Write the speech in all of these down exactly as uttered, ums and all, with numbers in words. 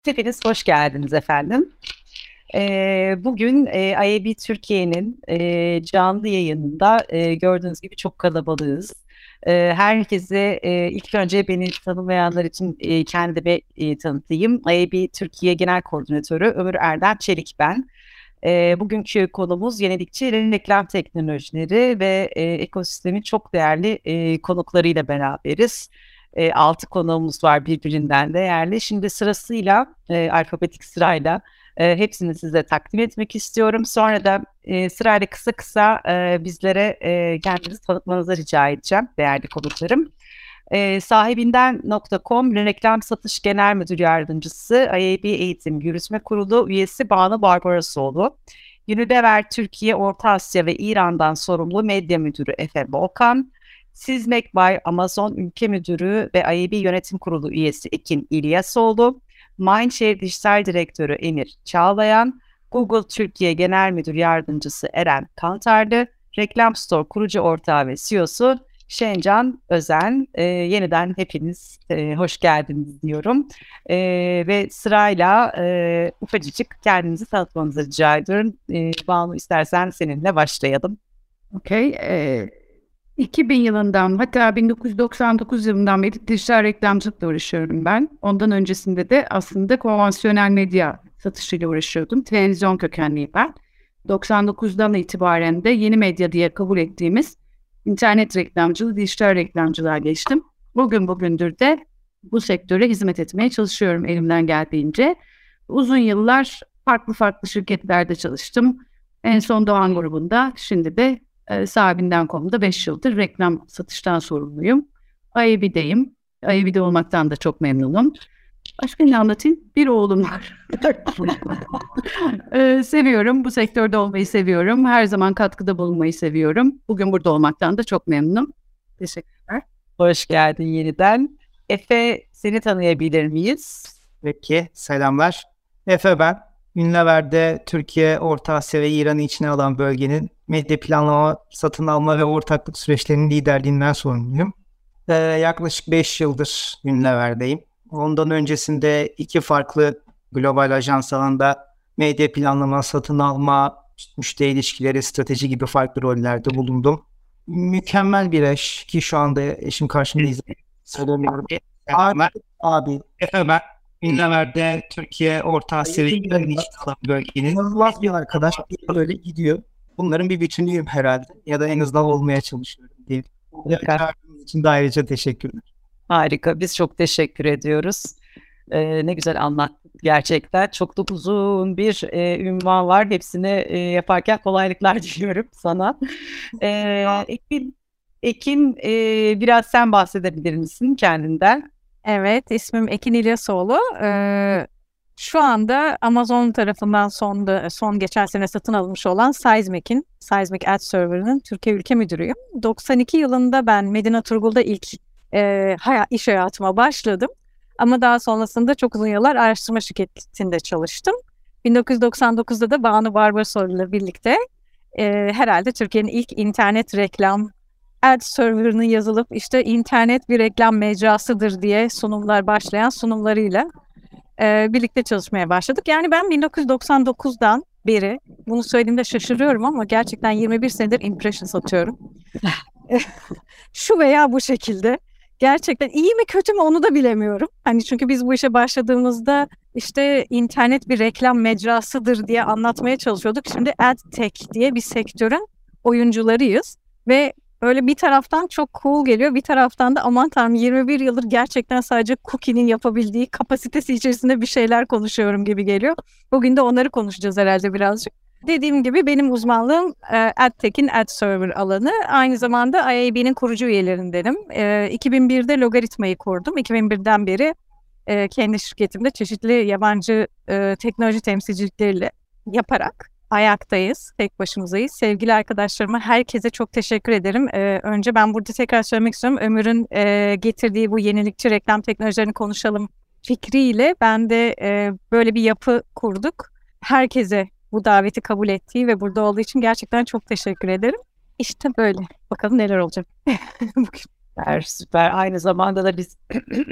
Hepiniz hoş geldiniz efendim. Ee, bugün e, I A B Türkiye'nin e, canlı yayınında e, gördüğünüz gibi çok kalabalığız. E, herkese e, ilk önce beni tanımayanlar için e, kendimi e, tanıtayım. I A B Türkiye Genel Koordinatörü Ömür Erdem Çelik ben. E, bugünkü konumuz yenilikçi reklam teknolojileri ve e, ekosistemin çok değerli e, konuklarıyla beraberiz. E, altı konuğumuz var birbirinden değerli. Şimdi sırasıyla e, alfabetik sırayla e, hepsini size takdim etmek istiyorum. Sonra da e, sırayla kısa kısa e, bizlere e, kendinizi tanıtmanızı rica edeceğim değerli konuklarım. E, sahibinden nokta com Reklam Satış Genel Müdür Yardımcısı, I A B Eğitim Yürütme Kurulu üyesi Banu Barbarasoğlu. Unilever Türkiye, Orta Asya ve İran'dan sorumlu medya müdürü Efe Volkan. Sizmek by Amazon Ülke Müdürü ve I A B Yönetim Kurulu üyesi Ekin İlyasoğlu. Mindshare Dijital Direktörü Emir Çağlayan. Google Türkiye Genel Müdür Yardımcısı Eren Kantarlı. Reklam Store kurucu ortağı ve C E O'su Şencan Özen. E, yeniden hepiniz e, hoş geldiniz diyorum. E, ve sırayla e, ufacıcık kendinizi tanıtmanızı rica ediyorum. E, Banu, istersen seninle başlayalım. Okey. Ee, iki bin yılından, hatta bin dokuz yüz doksan dokuz yılından beri dijital reklamcılıkla uğraşıyorum ben. Ondan öncesinde de aslında konvansiyonel medya satışıyla uğraşıyordum. Televizyon kökenliyim ben. doksan dokuzdan itibaren de yeni medya diye kabul ettiğimiz internet reklamcılığı, dijital reklamcılığa geçtim. Bugün bugündür de bu sektöre hizmet etmeye çalışıyorum elimden geldiğince. Uzun yıllar farklı farklı şirketlerde çalıştım. En son Doğan grubunda, şimdi de e, sahibinden nokta com'da beş yıldır reklam satıştan sorumluyum. I A B'deyim. I A B'de olmaktan da çok memnunum. Başka ne anlatayım? Bir oğlum var. e, seviyorum. Bu sektörde olmayı seviyorum. Her zaman katkıda bulunmayı seviyorum. Bugün burada olmaktan da çok memnunum. Teşekkürler. Hoş geldin yeniden. Efe, seni tanıyabilir miyiz? Peki, selamlar. Efe ben. Unilever'de Türkiye, Orta Asya ve İran'ı içine alan bölgenin medya planlama, satın alma ve ortaklık süreçlerinin liderliğinden sorumluyum. Ee, yaklaşık beş yıldır Unilever'deyim. Ondan öncesinde iki farklı global ajans alanında medya planlama, satın alma, müşteri ilişkileri, strateji gibi farklı rollerde bulundum. Mükemmel bir eş ki şu anda eşim karşımda söylemiyorum. Abi, abi Efe ben. Unilever'de Türkiye, Orta Asya ve İran'ın içine alan bölgenin inanılmaz bir arkadaş böyle gidiyor. Bunların bir bütünüyüm herhalde. Ya da en azından olmaya çalışıyorum diye. Çağırdığınız için de ayrıca teşekkürler. Harika, biz çok teşekkür ediyoruz. Ee, ne güzel anlattın gerçekten. Çok da uzun bir e, ünvan var. Hepsini e, yaparken kolaylıklar diliyorum sana. Ee, Ekin, Ekin e, biraz sen bahsedebilir misin kendinden? Evet, ismim Ekin İlyasoğlu. Ee, şu anda Amazon tarafından son, da, son geçen sene satın alınmış olan Sizmek'in, Sizmek Ad Server'ının Türkiye Ülke Müdürüyüm. doksan iki yılında ben Medina Turgul'da ilk e, haya, iş hayatıma başladım. Ama daha sonrasında çok uzun yıllar araştırma şirketinde çalıştım. bin dokuz yüz doksan dokuzda da Banu Barbarosoğlu ile birlikte e, herhalde Türkiye'nin ilk internet reklam ad server'ının yazılıp işte internet bir reklam mecrasıdır diye sunumlar başlayan sunumlarıyla e, birlikte çalışmaya başladık. Yani ben bin dokuz yüz doksan dokuzdan beri, bunu söylediğimde şaşırıyorum ama gerçekten yirmi bir senedir impression satıyorum. Şu veya bu şekilde. Gerçekten iyi mi kötü mü onu da bilemiyorum. Hani çünkü biz bu işe başladığımızda işte internet bir reklam mecrasıdır diye anlatmaya çalışıyorduk. Şimdi ad tech diye bir sektörün oyuncularıyız ve öyle bir taraftan çok cool geliyor, bir taraftan da aman tanrım yirmi bir yıldır gerçekten sadece cookie'nin yapabildiği kapasitesi içerisinde bir şeyler konuşuyorum gibi geliyor. Bugün de onları konuşacağız herhalde birazcık. Dediğim gibi benim uzmanlığım e, AdTech'in Ad Server alanı. Aynı zamanda I A B'nin kurucu üyelerindenim. E, iki bin birde Logaritma'yı kurdum. iki bin birden beri e, kendi şirketimde çeşitli yabancı e, teknoloji temsilcilikleriyle yaparak ayaktayız, tek başımızayız. Sevgili arkadaşlarıma, herkese çok teşekkür ederim. Ee, önce ben burada tekrar söylemek istiyorum. Ömür'ün e, getirdiği bu yenilikçi reklam teknolojilerini konuşalım fikriyle ben de e, böyle bir yapı kurduk. Herkese bu daveti kabul ettiği ve burada olduğu için gerçekten çok teşekkür ederim. İşte böyle. Bakalım neler olacak bugün. Süper, süper. Aynı zamanda da biz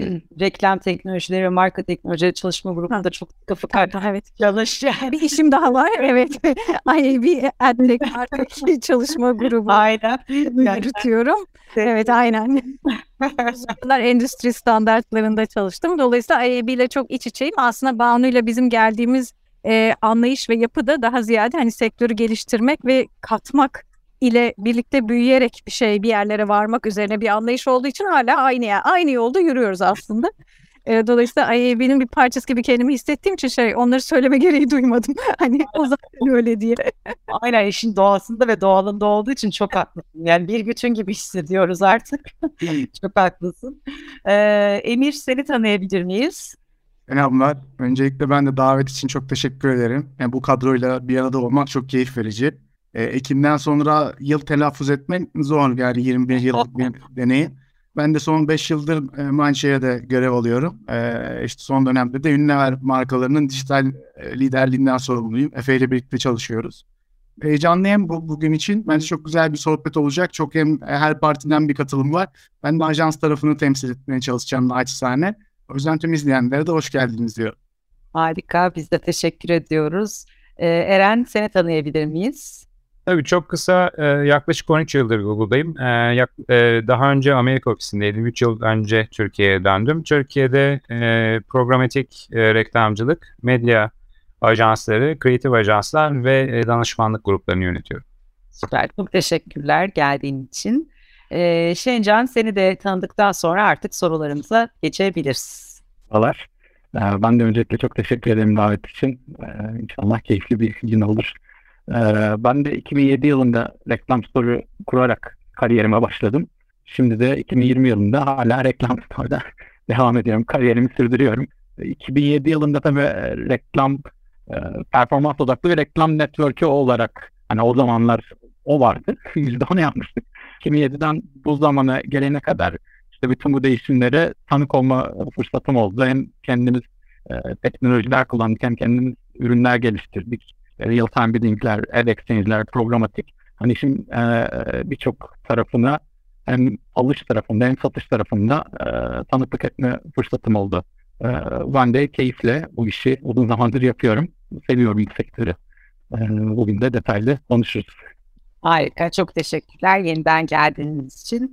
reklam teknolojileri ve marka teknolojileri çalışma grubunda çok sıkı fıkı Evet. çalışıyor. Bir işim daha var. Evet. Ay bir adtech marka çalışma grubu Aynen. yürütüyorum. Evet, aynen. Bunlar endüstri standartlarında çalıştım. Dolayısıyla I A B ile çok iç içeyim. Aslında Banu ile bizim geldiğimiz e, anlayış ve yapı da daha ziyade hani sektörü geliştirmek ve katmak ile birlikte büyüyerek bir şey bir yerlere varmak üzerine bir anlayış olduğu için hala aynı yer, aynı yolda yürüyoruz aslında. E, dolayısıyla I A B'nin bir parçası gibi kendimi hissettiğim için şey onları söyleme gereği duymadım. Hani o zaman öyle diye. Aynen, işin doğasında ve doğalında olduğu için çok haklısın. Yani bir bütün gibi hissediyoruz artık. Çok haklısın. Ee, Emir, seni tanıyabilir miyiz? Selamlar. Öncelikle ben de davet için çok teşekkür ederim. Yani bu kadroyla bir arada olmak çok keyif verici. E, Ekim'den sonra yıl telaffuz etmek zor, yani yirmi bir yıllık bir deneyim. Ben de son beş yıldır e, Mindshare'de görev alıyorum. E, işte son dönemde de Unilever markalarının dijital e, liderliğinden sorumluyum. Efe ile birlikte çalışıyoruz. Heyecanlıyım bu, bugün için. Bence çok güzel bir sohbet olacak. Çok hem her partiden bir katılım var. Ben de ajans tarafını temsil etmeye çalışacağım naçizane. O yüzden tüm izleyenlere de hoş geldiniz diyorum. Harika, biz de teşekkür ediyoruz. Ee, Eren, seni tanıyabilir miyiz? Tabii çok kısa, e, yaklaşık on üç yıldır Google'dayım. E, yak, e, daha önce Amerika ofisindeydim. üç yıl önce Türkiye'ye döndüm. Türkiye'de e, programatik e, reklamcılık, medya ajansları, kreatif ajanslar ve e, danışmanlık gruplarını yönetiyorum. Süper, çok teşekkürler geldiğin için. Ee, Şencan, seni de tanıdıktan sonra artık sorularımıza geçebiliriz. Merhabalar. Ee, Ben de öncelikle çok teşekkür ederim davet için. Ee, İnşallah keyifli bir gün olur. Ee, Ben de iki bin yedi yılında reklam story kurarak kariyerime başladım. Şimdi de iki bin yirmi yılında hala reklam story'da devam ediyorum. Kariyerimi sürdürüyorum. iki bin yedi yılında tabii reklam e, performans odaklı ve reklam network'ü olarak, hani o zamanlar o vardı. yüzde on yapmıştık. iki bin yediden bu zamana gelene kadar işte bütün bu değişimlere tanık olma fırsatım oldu. Hem kendimiz e, teknolojiler kullandık, hem kendimiz ürünler geliştirdik. Real time bidding'ler, ad exchange'ler, programatik. Hani şimdi e, birçok tarafına, hem alış tarafında hem satış tarafında e, tanıklık etme fırsatım oldu. E, ben de keyifle bu işi uzun zamandır yapıyorum. Seviyorum bu sektörü. E, bugün de detaylı konuşuruz. Harika, çok teşekkürler yeniden geldiğiniz için.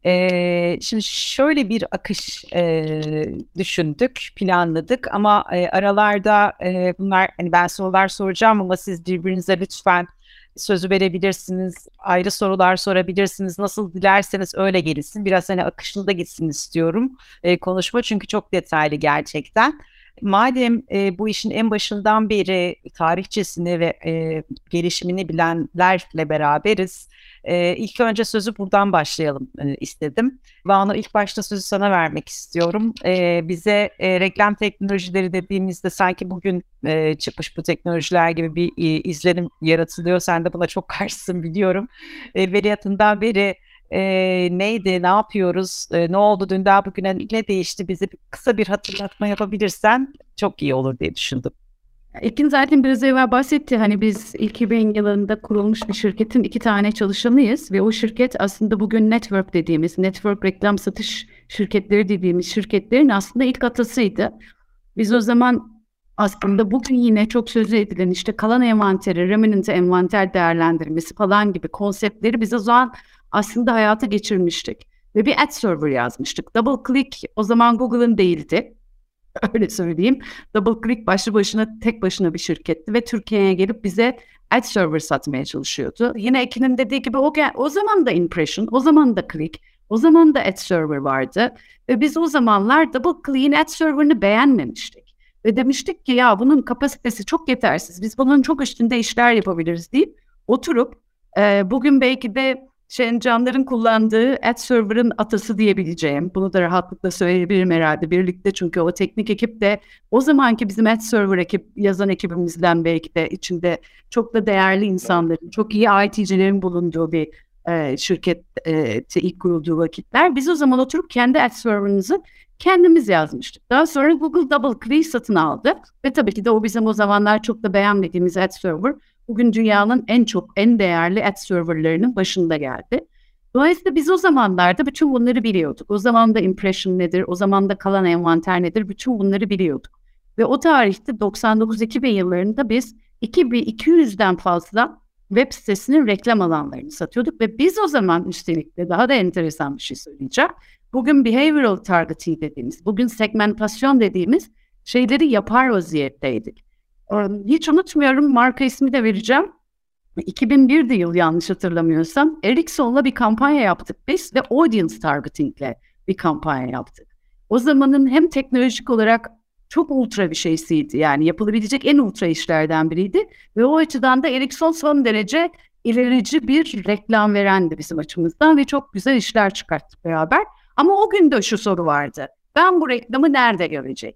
Ee, şimdi şöyle bir akış e, düşündük, planladık ama e, aralarda e, bunlar, hani ben sorular soracağım ama siz birbirinize lütfen sözü verebilirsiniz, ayrı sorular sorabilirsiniz, nasıl dilerseniz öyle gelsin. Biraz hani akışında gitsin istiyorum e, konuşma, çünkü çok detaylı gerçekten. Madem e, bu işin en başından beri tarihçesini ve e, gelişimini bilenlerle beraberiz, e, ilk önce sözü buradan başlayalım e, istedim. Banu, ilk başta sözü sana vermek istiyorum. E, bize e, reklam teknolojileri dediğimizde sanki bugün e, çıkmış bu teknolojiler gibi bir e, izlenim yaratılıyor. Sen de buna çok karşısın biliyorum. Evveliyatından beri e, neydi, ne yapıyoruz, e, ne oldu dünden bugüne, ne değişti, bize bir, kısa bir hatırlatma yapabilirsen çok iyi olur diye düşündüm. Ekin zaten biraz evvel bahsetti. Hani biz iki bin yılında kurulmuş bir şirketin iki tane çalışanıyız ve o şirket aslında bugün network dediğimiz, network reklam satış şirketleri dediğimiz şirketlerin aslında ilk atasıydı. Biz o zaman aslında bugün yine çok sözü edilen işte kalan envanteri, remnant envanter değerlendirmesi falan gibi konseptleri biz o zaman aslında hayata geçirmiştik. Ve bir ad server yazmıştık. Double Click o zaman Google'ın değildi. Öyle söyleyeyim. Double Click başlı başına, tek başına bir şirketti ve Türkiye'ye gelip bize ad server satmaya çalışıyordu. Yine Ekin'in dediği gibi o, o zaman da impression, o zaman da click, o zaman da ad server vardı. Ve biz o zamanlar Double Click'in ad server'ını beğenmemiştik. Ve demiştik ki ya bunun kapasitesi çok yetersiz, biz bunun çok üstünde işler yapabiliriz deyip oturup e, bugün belki de Şencanların kullandığı ad server'ın atası diyebileceğim. Bunu da rahatlıkla söyleyebilirim herhalde birlikte. Çünkü o teknik ekip de o zamanki bizim ad server ekip, yazan ekibimizden belki de içinde çok da değerli insanların, çok iyi I T'cilerin bulunduğu bir e, şirket e, ilk kurulduğu vakitler. Biz o zaman oturup kendi ad server'ımızı kendimiz yazmıştık. Daha sonra Google Double Click satın aldı. Ve tabii ki de o bizim o zamanlar çok da beğenmediğimiz ad server bugün dünyanın en çok, en değerli ad serverlarının başında geldi. Dolayısıyla biz o zamanlarda bütün bunları biliyorduk. O zaman da impression nedir, o zaman da kalan envanter nedir, bütün bunları biliyorduk. Ve o tarihte doksan dokuz iki bin yıllarında biz iki bin iki yüzden fazla web sitesinin reklam alanlarını satıyorduk. Ve biz o zaman üstelik de daha da enteresan bir şey söyleyeceğim. Bugün behavioral targeting dediğimiz, bugün segmentasyon dediğimiz şeyleri yapar vaziyetteydik. Hiç unutmuyorum, marka ismi de vereceğim. iki bin bir'di yıl yanlış hatırlamıyorsam. Ericsson'la bir kampanya yaptık biz ve audience targeting'le bir kampanya yaptık. O zamanın hem teknolojik olarak çok ultra bir şeysiydi. Yani yapılabilecek en ultra işlerden biriydi. Ve o açıdan da Ericsson son derece ilerici bir reklam verendi bizim açımızdan ve çok güzel işler çıkarttık beraber. Ama o gün de şu soru vardı. Ben bu reklamı nerede göreceğim?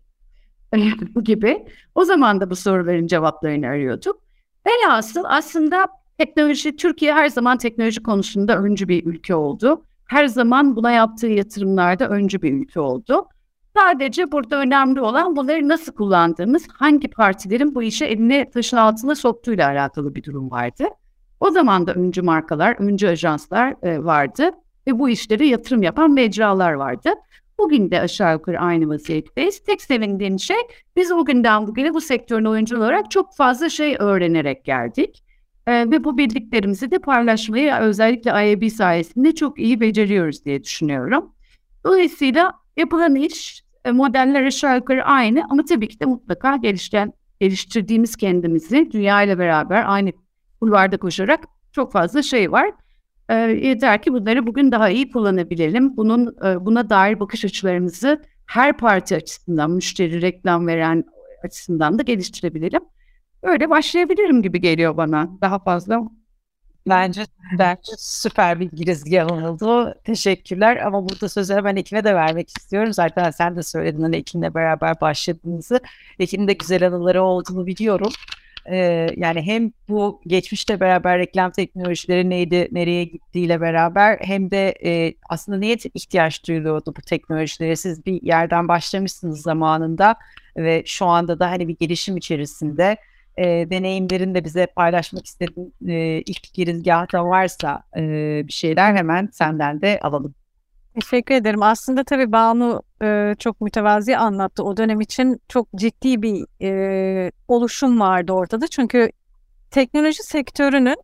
gibi. O zaman da bu soruların cevaplarını arıyorduk. Velhasıl aslında teknoloji, Türkiye her zaman teknoloji konusunda öncü bir ülke oldu. Her zaman buna yaptığı yatırımlarda öncü bir ülke oldu. Sadece burada önemli olan bunları nasıl kullandığımız, hangi partilerin bu işe elini taşın altına soktuğuyla alakalı bir durum vardı. O zaman da öncü markalar, öncü ajanslar e, vardı ve bu işlere yatırım yapan mecralar vardı. Bugün de aşağı yukarı aynı vaziyetteyiz. Tek sevindiğim şey, biz o günden bugüne bu sektörün oyuncu olarak çok fazla şey öğrenerek geldik. Ee, ve bu bildiklerimizi de paylaşmayı özellikle I A B sayesinde çok iyi beceriyoruz diye düşünüyorum. Dolayısıyla yapılan iş, e, modeller aşağı yukarı aynı ama tabii ki de mutlaka gelişten, geliştirdiğimiz kendimizi dünya ile beraber aynı kulvarda koşarak çok fazla şey var. E, yeter ki bunları bugün daha iyi kullanabilelim. Bunun e, buna dair bakış açılarımızı her parti açısından, müşteri, reklam veren açısından da geliştirebilelim. Öyle başlayabilirim gibi geliyor bana daha fazla. Bence, bence süper bir girizgah oldu. Teşekkürler. Ama burada sözleri ben Ekin'e de vermek istiyorum. Zaten sen de söyledin hani Ekin'le beraber başladığınızı. Ekin'in de güzel anıları olduğunu biliyorum. Ee, yani hem bu geçmişle beraber reklam teknolojileri neydi, nereye gittiğiyle beraber hem de e, aslında neye ihtiyaç duyuluyordu bu teknolojilere. Siz bir yerden başlamışsınız zamanında ve şu anda da hani bir gelişim içerisinde. E, deneyimlerini de bize paylaşmak istediğin e, ilk girizgahta varsa e, bir şeyler hemen senden de alalım. Teşekkür ederim. Aslında tabii Banu e, çok mütevazi anlattı. O dönem için çok ciddi bir e, oluşum vardı ortada. Çünkü teknoloji sektörünün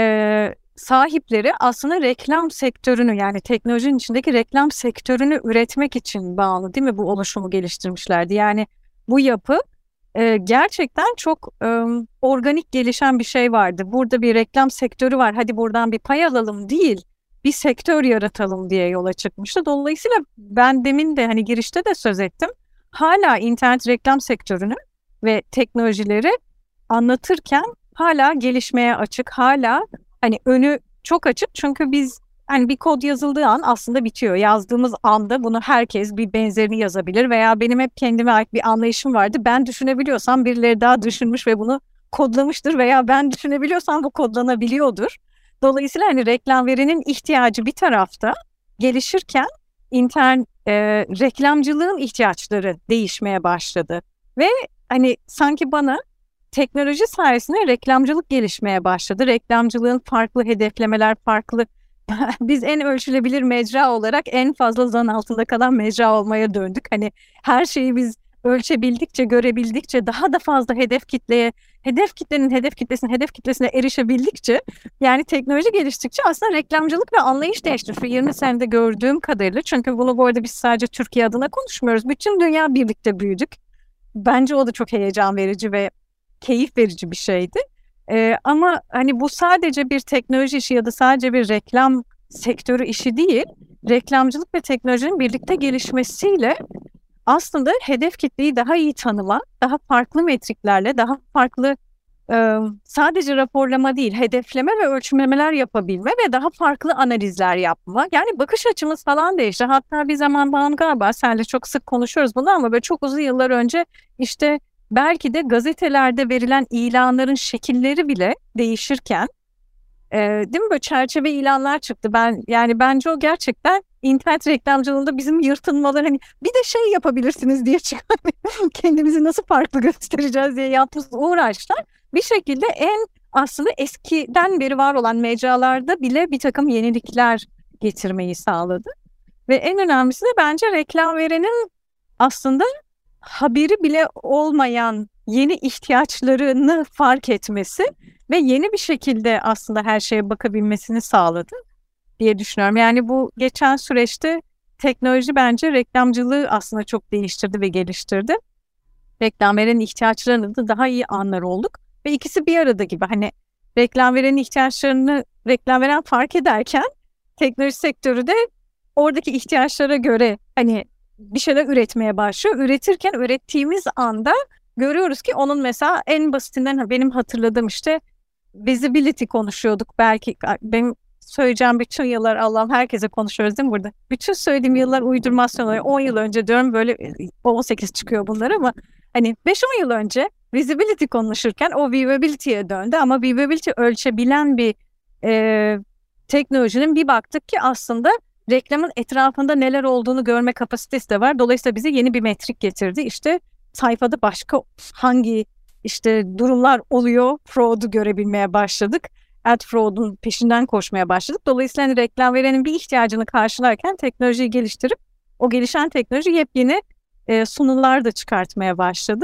e, sahipleri aslında reklam sektörünü, yani teknolojinin içindeki reklam sektörünü üretmek için bağlı, değil mi? Bu oluşumu geliştirmişlerdi. Yani bu yapı e, gerçekten çok e, organik gelişen bir şey vardı. Burada bir reklam sektörü var, hadi buradan bir pay alalım değil, bir sektör yaratalım diye yola çıkmıştı. Dolayısıyla ben demin de hani girişte de söz ettim. Hala internet reklam sektörünü ve teknolojileri anlatırken hala gelişmeye açık, hala hani önü çok açık. Çünkü biz hani bir kod yazıldığı an aslında bitiyor. Yazdığımız anda bunu herkes bir benzerini yazabilir veya benim hep kendime ait bir anlayışım vardı. Ben düşünebiliyorsam birileri daha düşünmüş ve bunu kodlamıştır veya ben düşünebiliyorsam bu kodlanabiliyordur. Dolayısıyla hani reklam verinin ihtiyacı bir tarafta gelişirken internet e, reklamcılığın ihtiyaçları değişmeye başladı. Ve hani sanki bana teknoloji sayesinde reklamcılık gelişmeye başladı. Reklamcılığın farklı hedeflemeler, farklı biz en ölçülebilir mecra olarak en fazla zan altında kalan mecra olmaya döndük. Hani her şeyi biz ölçebildikçe, görebildikçe, daha da fazla hedef kitleye, hedef kitlenin hedef kitlesine, hedef kitlesine erişebildikçe, yani teknoloji geliştikçe aslında reklamcılık ve anlayış değişti. Şu yirmi senede gördüğüm kadarıyla, çünkü bunu bu arada biz sadece Türkiye adına konuşmuyoruz. Bütün dünya birlikte büyüdük. Bence o da çok heyecan verici ve keyif verici bir şeydi. Ee, ama hani bu sadece bir teknoloji işi ya da sadece bir reklam sektörü işi değil. Reklamcılık ve teknolojinin birlikte gelişmesiyle aslında hedef kitleyi daha iyi tanıma, daha farklı metriklerle, daha farklı e, sadece raporlama değil, hedefleme ve ölçümlemeler yapabilme ve daha farklı analizler yapma. Yani bakış açımız falan değişti. Hatta bir zaman ben galiba seninle çok sık konuşuyoruz bunu ama böyle çok uzun yıllar önce işte belki de gazetelerde verilen ilanların şekilleri bile değişirken, e, değil mi, böyle çerçeve ilanlar çıktı. Ben yani bence o gerçekten internet reklamcılığında bizim yırtınmalar, hani bir de şey yapabilirsiniz diye çıkan kendimizi nasıl farklı göstereceğiz diye yaptığımız uğraşlar bir şekilde en aslında eskiden beri var olan mecralarda bile bir takım yenilikler getirmeyi sağladı. Ve en önemlisi de bence reklam verenin aslında haberi bile olmayan yeni ihtiyaçlarını fark etmesi ve yeni bir şekilde aslında her şeye bakabilmesini sağladı diye düşünüyorum. Yani bu geçen süreçte teknoloji bence reklamcılığı aslında çok değiştirdi ve geliştirdi. Reklam verenin ihtiyaçlarını da daha iyi anlar olduk ve ikisi bir arada gibi. Hani reklam verenin ihtiyaçlarını reklam veren fark ederken teknoloji sektörü de oradaki ihtiyaçlara göre hani bir şeyler üretmeye başlıyor. Üretirken ürettiğimiz anda görüyoruz ki onun mesela en basitinden benim hatırladığım işte visibility konuşuyorduk. Belki benim söyleyeceğim bütün yıllar Allah'ım herkese konuşuyoruz değil mi burada? Bütün söylediğim yıllar uydurmasyon oluyor. on yıl önce diyorum böyle on sekiz çıkıyor bunlar ama hani beş on yıl önce visibility konuşurken o viewability'ye döndü ama viewability ölçebilen bir e, teknolojinin bir baktık ki aslında reklamın etrafında neler olduğunu görme kapasitesi de var. Dolayısıyla bize yeni bir metrik getirdi. İşte sayfada başka hangi işte durumlar oluyor fraud'u görebilmeye başladık. Ad fraud'un peşinden koşmaya başladık. Dolayısıyla hani reklam verenin bir ihtiyacını karşılarken teknolojiyi geliştirip o gelişen teknoloji yepyeni e, sunular da çıkartmaya başladı.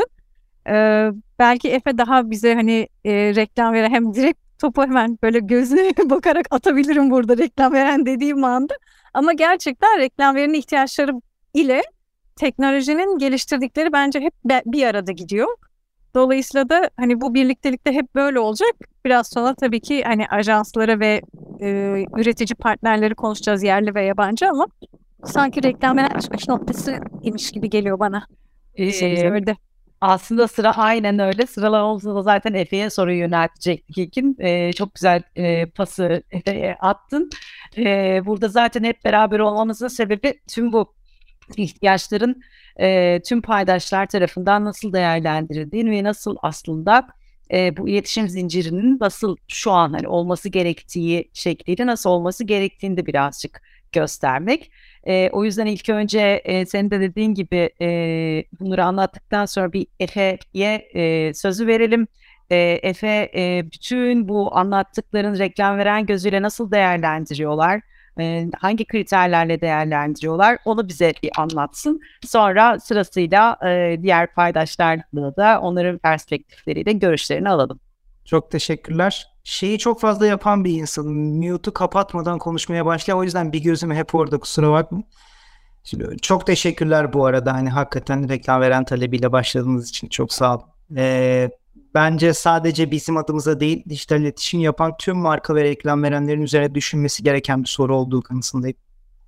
E, belki Efe daha bize hani e, reklam veren hem direkt topu hemen böyle gözüne bakarak atabilirim burada reklam veren dediğim anda. Ama gerçekten reklam verenin ihtiyaçları ile teknolojinin geliştirdikleri bence hep bir arada gidiyor. Dolayısıyla da hani bu birliktelikte hep böyle olacak. Biraz sonra tabii ki hani ajanslara ve e, üretici partnerleri konuşacağız yerli ve yabancı ama sanki reklam veren çıkış noktası imiş gibi geliyor bana. Ee, öyle. Aslında sıra aynen öyle. Sıralar olsa da zaten Efe'ye soruyu yöneltecektik İlkin. Ee, çok güzel e, pası Efe'ye attın. Ee, burada zaten hep beraber olmamızın sebebi tüm bu ihtiyaçların e, tüm paydaşlar tarafından nasıl değerlendirildiğini ve nasıl aslında e, bu iletişim zincirinin nasıl şu an hani olması gerektiği şekliyle nasıl olması gerektiğini de birazcık göstermek. E, o yüzden ilk önce e, senin de dediğin gibi e, bunları anlattıktan sonra bir Efe'ye e, sözü verelim. E, Efe e, bütün bu anlattıkların reklam veren gözüyle nasıl değerlendiriyorlar? E, hangi kriterlerle değerlendiriyorlar? Onu bize bir anlatsın. Sonra sırasıyla e, diğer paydaşlarla da onların perspektifleriyle görüşlerini alalım. Çok teşekkürler. Şeyi çok fazla yapan bir insanım. Mute'u kapatmadan konuşmaya başlayan. O yüzden bir gözüm hep orada, kusura bakma. Şimdi, çok teşekkürler bu arada. Hani hakikaten reklam veren talebiyle başladığınız için çok sağ olun. Ee, bence sadece bizim adımıza değil, dijital iletişim yapan tüm marka ve reklam verenlerin üzerine düşünmesi gereken bir soru olduğu kanısındayım.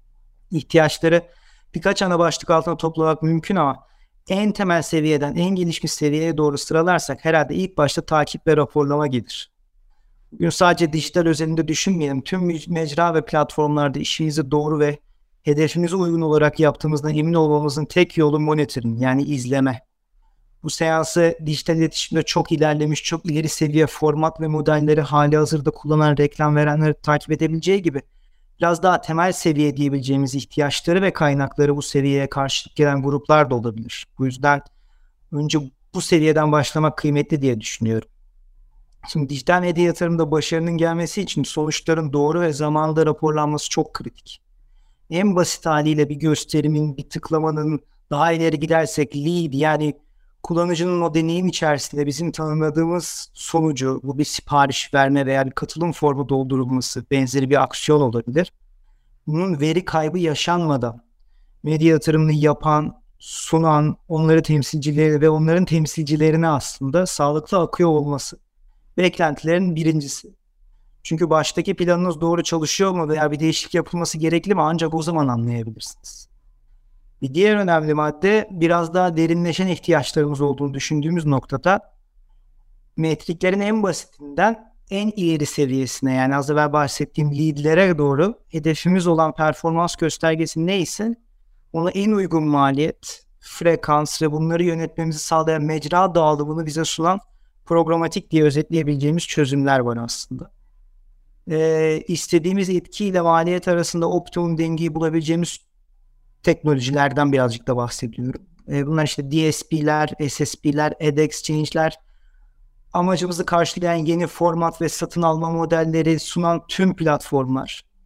İhtiyaçları birkaç ana başlık altına toplamak mümkün ama en temel seviyeden en gelişmiş seviyeye doğru sıralarsak herhalde ilk başta takip ve raporlama gelir. Bugün sadece dijital özelinde düşünmeyelim. Tüm mecra ve platformlarda işinizi doğru ve hedefinize uygun olarak yaptığımızdan emin olmamızın tek yolu monitoring, yani izleme. Bu seansı dijital iletişimde çok ilerlemiş, çok ileri seviye format ve modelleri hali hazırda kullanan reklam verenleri takip edebileceği gibi biraz daha temel seviye diyebileceğimiz ihtiyaçları ve kaynakları bu seviyeye karşılık gelen gruplar da olabilir. Bu yüzden önce bu seviyeden başlamak kıymetli diye düşünüyorum. Şimdi dijital medya yatırımda başarının gelmesi için sonuçların doğru ve zamanında raporlanması çok kritik. En basit haliyle bir gösterimin, bir tıklamanın, daha ileri gidersek lead, yani kullanıcının o deneyim içerisinde bizim tanımladığımız sonucu, bu bir sipariş verme veya bir katılım formu doldurulması, benzeri bir aksiyon olabilir. Bunun veri kaybı yaşanmadan medya yatırımını yapan, sunan, onları temsilcileri ve onların temsilcilerine aslında sağlıklı akıyor olması beklentilerin birincisi. Çünkü baştaki planınız doğru çalışıyor mu veya bir değişiklik yapılması gerekli mi, ancak o zaman anlayabilirsiniz. Bir diğer önemli madde, biraz daha derinleşen ihtiyaçlarımız olduğunu düşündüğümüz noktada metriklerin en basitinden en ileri seviyesine, yani az evvel bahsettiğim leadlere doğru hedefimiz olan performans göstergesi neyse ona en uygun maliyet, frekans ve bunları yönetmemizi sağlayan mecra dağılımını bize sunan programatik diye özetleyebileceğimiz çözümler var aslında. Ee, istediğimiz etki ile maliyet arasında optimum dengeyi bulabileceğimiz teknolojilerden birazcık da bahsediyorum. Ee, bunlar işte D S P'ler, S S P'ler, Ad Exchange'ler, amacımızı karşılayan yeni format ve satın alma modelleri sunan tüm platformlar.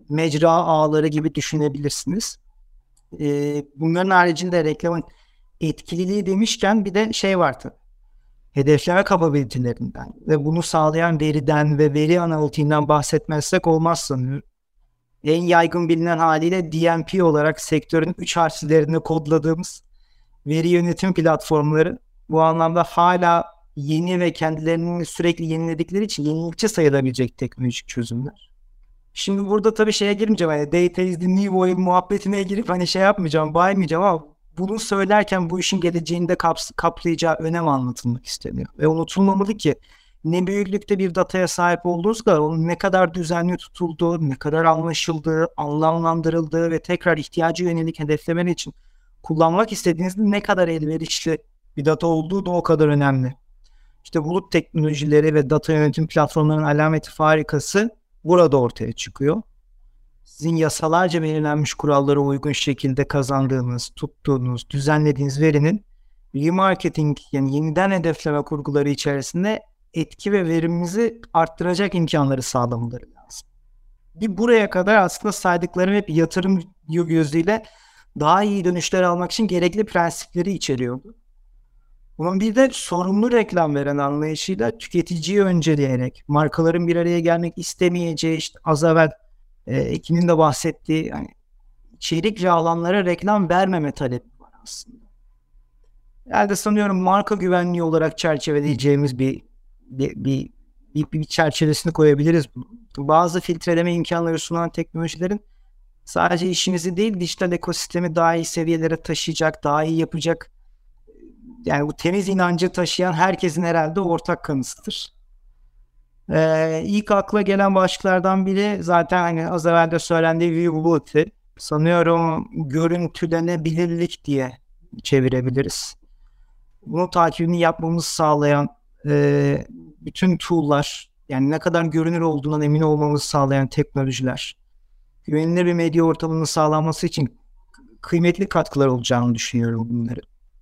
mecra ağları gibi düşünebilirsiniz. Ee, bunların haricinde reklamın etkililiği demişken bir de şey var tabii. Hedefleme kapabilitelerinden ve bunu sağlayan veriden ve veri analitiğinden bahsetmezsek olmaz sanıyorum. En yaygın bilinen haliyle D M P olarak sektörün üç harflerini kodladığımız veri yönetim platformları bu anlamda hala yeni ve kendilerini sürekli yeniledikleri için yenilikçi sayılabilecek teknolojik çözümler. Şimdi burada tabii şeye girmeyeceğim, hani data is the new oil muhabbetine girip hani şey yapmayacağım, baymayacağım ama bunu söylerken bu işin geleceğinde kaps- kaplayacağı önem anlatılmak isteniyor. Ve unutulmamalı ki ne büyüklükte bir dataya sahip olduğunuz kadar onun ne kadar düzenli tutulduğu, ne kadar anlaşıldığı, anlamlandırıldığı ve tekrar ihtiyacı yönelik hedeflemen için kullanmak istediğinizde ne kadar elverişli bir data olduğu da o kadar önemli. İşte bulut teknolojileri ve data yönetim platformlarının alameti farikası burada ortaya çıkıyor. Sizin yasalarca belirlenmiş kurallara uygun şekilde kazandığınız, tuttuğunuz, düzenlediğiniz verinin remarketing yani yeniden hedefleme kurguları içerisinde etki ve verimimizi arttıracak imkanları sağlamaları lazım. Bir buraya kadar aslında saydıklarım hep yatırım gözüyle daha iyi dönüşler almak için gerekli prensipleri içeriyordu. Bunun bir de sorumlu reklam veren anlayışıyla tüketiciyi önceleyerek, markaların bir araya gelmek istemeyeceği, işte az evvel e, Ekin'in de bahsettiği yani içerik alanlara reklam vermeme talebi var aslında. Yani de sanıyorum marka güvenliği olarak çerçeveleyeceğimiz bir bir, bir, bir, bir çerçevesini koyabiliriz bunu. Bazı filtreleme imkanları sunan teknolojilerin sadece işinizi değil, dijital ekosistemi daha iyi seviyelere taşıyacak, daha iyi yapacak, yani bu temiz inancı taşıyan herkesin herhalde ortak kanısıdır. Ee, ilk akla gelen başlıklardan biri zaten hani az evvel de söylendiği viewability. Sanıyorum görüntülenebilirlik diye çevirebiliriz. Bunu takibini yapmamızı sağlayan e, bütün tool'lar, yani ne kadar görünür olduğundan emin olmamızı sağlayan teknolojiler, güvenilir bir medya ortamının sağlanması için kıymetli katkılar olacağını düşünüyorum bunları.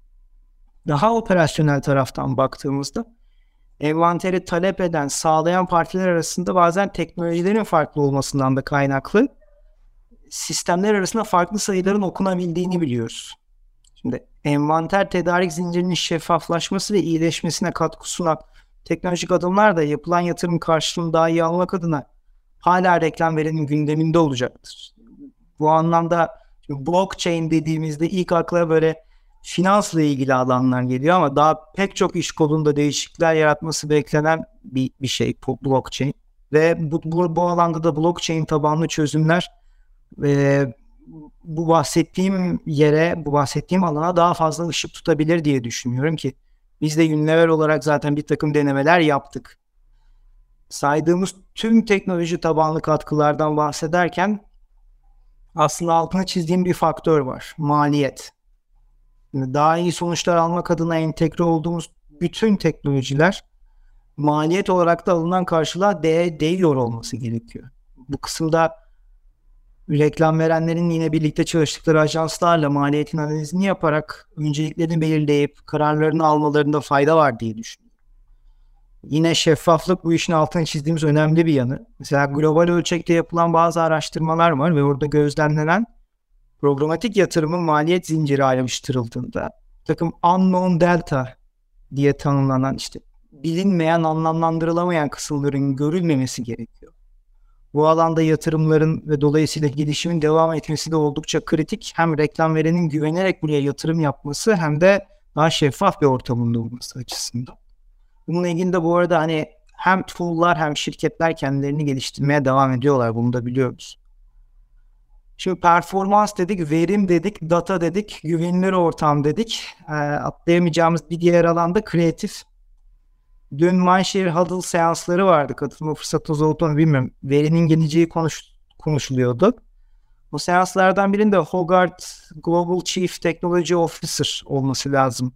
Daha operasyonel taraftan baktığımızda envanteri talep eden, sağlayan partiler arasında bazen teknolojilerin farklı olmasından da kaynaklı sistemler arasında farklı sayıların okunabildiğini biliyoruz. Şimdi envanter tedarik zincirinin şeffaflaşması ve iyileşmesine katkı sunan teknolojik adımlar da yapılan yatırım karşılığını daha iyi almak adına hala reklam verenin gündeminde olacaktır. Bu anlamda blockchain dediğimizde ilk akla böyle finansla ilgili alanlar geliyor ama daha pek çok iş kolunda değişiklikler yaratması beklenen bir, bir şey blockchain. Ve bu, bu, bu alanda da blockchain tabanlı çözümler e, bu bahsettiğim yere, bu bahsettiğim alana daha fazla ışık tutabilir diye düşünüyorum ki biz de Unilever olarak zaten bir takım denemeler yaptık. Saydığımız tüm teknoloji tabanlı katkılardan bahsederken aslında altına çizdiğim bir faktör var. Maliyet. Daha iyi sonuçlar almak adına entegre olduğumuz bütün teknolojiler maliyet olarak da alınan karşılığa değ değiyor olması gerekiyor. Bu kısımda reklam verenlerin yine birlikte çalıştıkları ajanslarla maliyetin analizini yaparak önceliklerini belirleyip kararlarını almalarında fayda var diye düşünüyorum. Yine şeffaflık bu işin altını çizdiğimiz önemli bir yanı. Mesela global ölçekte yapılan bazı araştırmalar var ve orada gözlemlenen programatik yatırımın maliyet zinciri ayrıştırıldığında takım unknown delta diye tanımlanan işte bilinmeyen, anlamlandırılamayan kısımların görülmemesi gerekiyor. Bu alanda yatırımların ve dolayısıyla gelişimin devam etmesi de oldukça kritik. Hem reklam verenin güvenerek buraya yatırım yapması hem de daha şeffaf bir ortamında olması açısından. Bununla ilgili de bu arada hani hem tool'lar hem şirketler kendilerini geliştirmeye devam ediyorlar. Bunu da biliyoruz. Şimdi performans dedik, verim dedik, data dedik, güvenilir ortam dedik. E, atlayamayacağımız bir diğer alanda kreatif. Dün Mindshare Huddle seansları vardı. Katılma fırsatınız oldu mu bilmiyorum. Verinin geleceği konuş, konuşuluyordu. O seanslardan birinde Hogarth Global Chief Technology Officer olması lazım.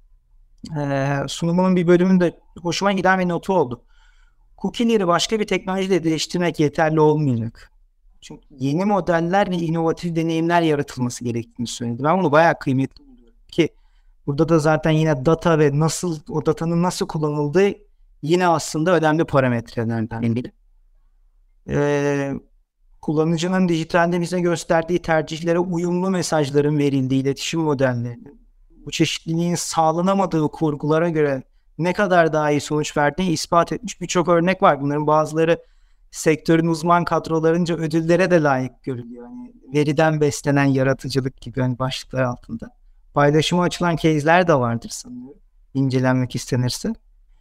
Ee, sunumunun bir bölümünde hoşuma giden bir notu oldu. Cookie'leri başka bir teknolojiyle değiştirmek yeterli olmayacak. Çünkü yeni modeller ve inovatif deneyimler yaratılması gerektiğini söyledi. Ben bunu bayağı kıymetli buluyorum ki burada da zaten yine data ve nasıl o datanın nasıl kullanıldığı yine aslında önemli parametrelerden biri. Ee, kullanıcının dijitalde bize gösterdiği tercihlere uyumlu mesajların verildiği iletişim modellerinin bu çeşitliliğin sağlanamadığı kurgulara göre ne kadar daha iyi sonuç verdiğini ispat etmiş birçok örnek var. Bunların bazıları sektörün uzman kadrolarınca ödüllere de layık görülüyor. Yani veriden beslenen yaratıcılık gibi hani başlıklar altında. Paylaşıma açılan case'ler de vardır sanıyorum, incelenmek istenirse.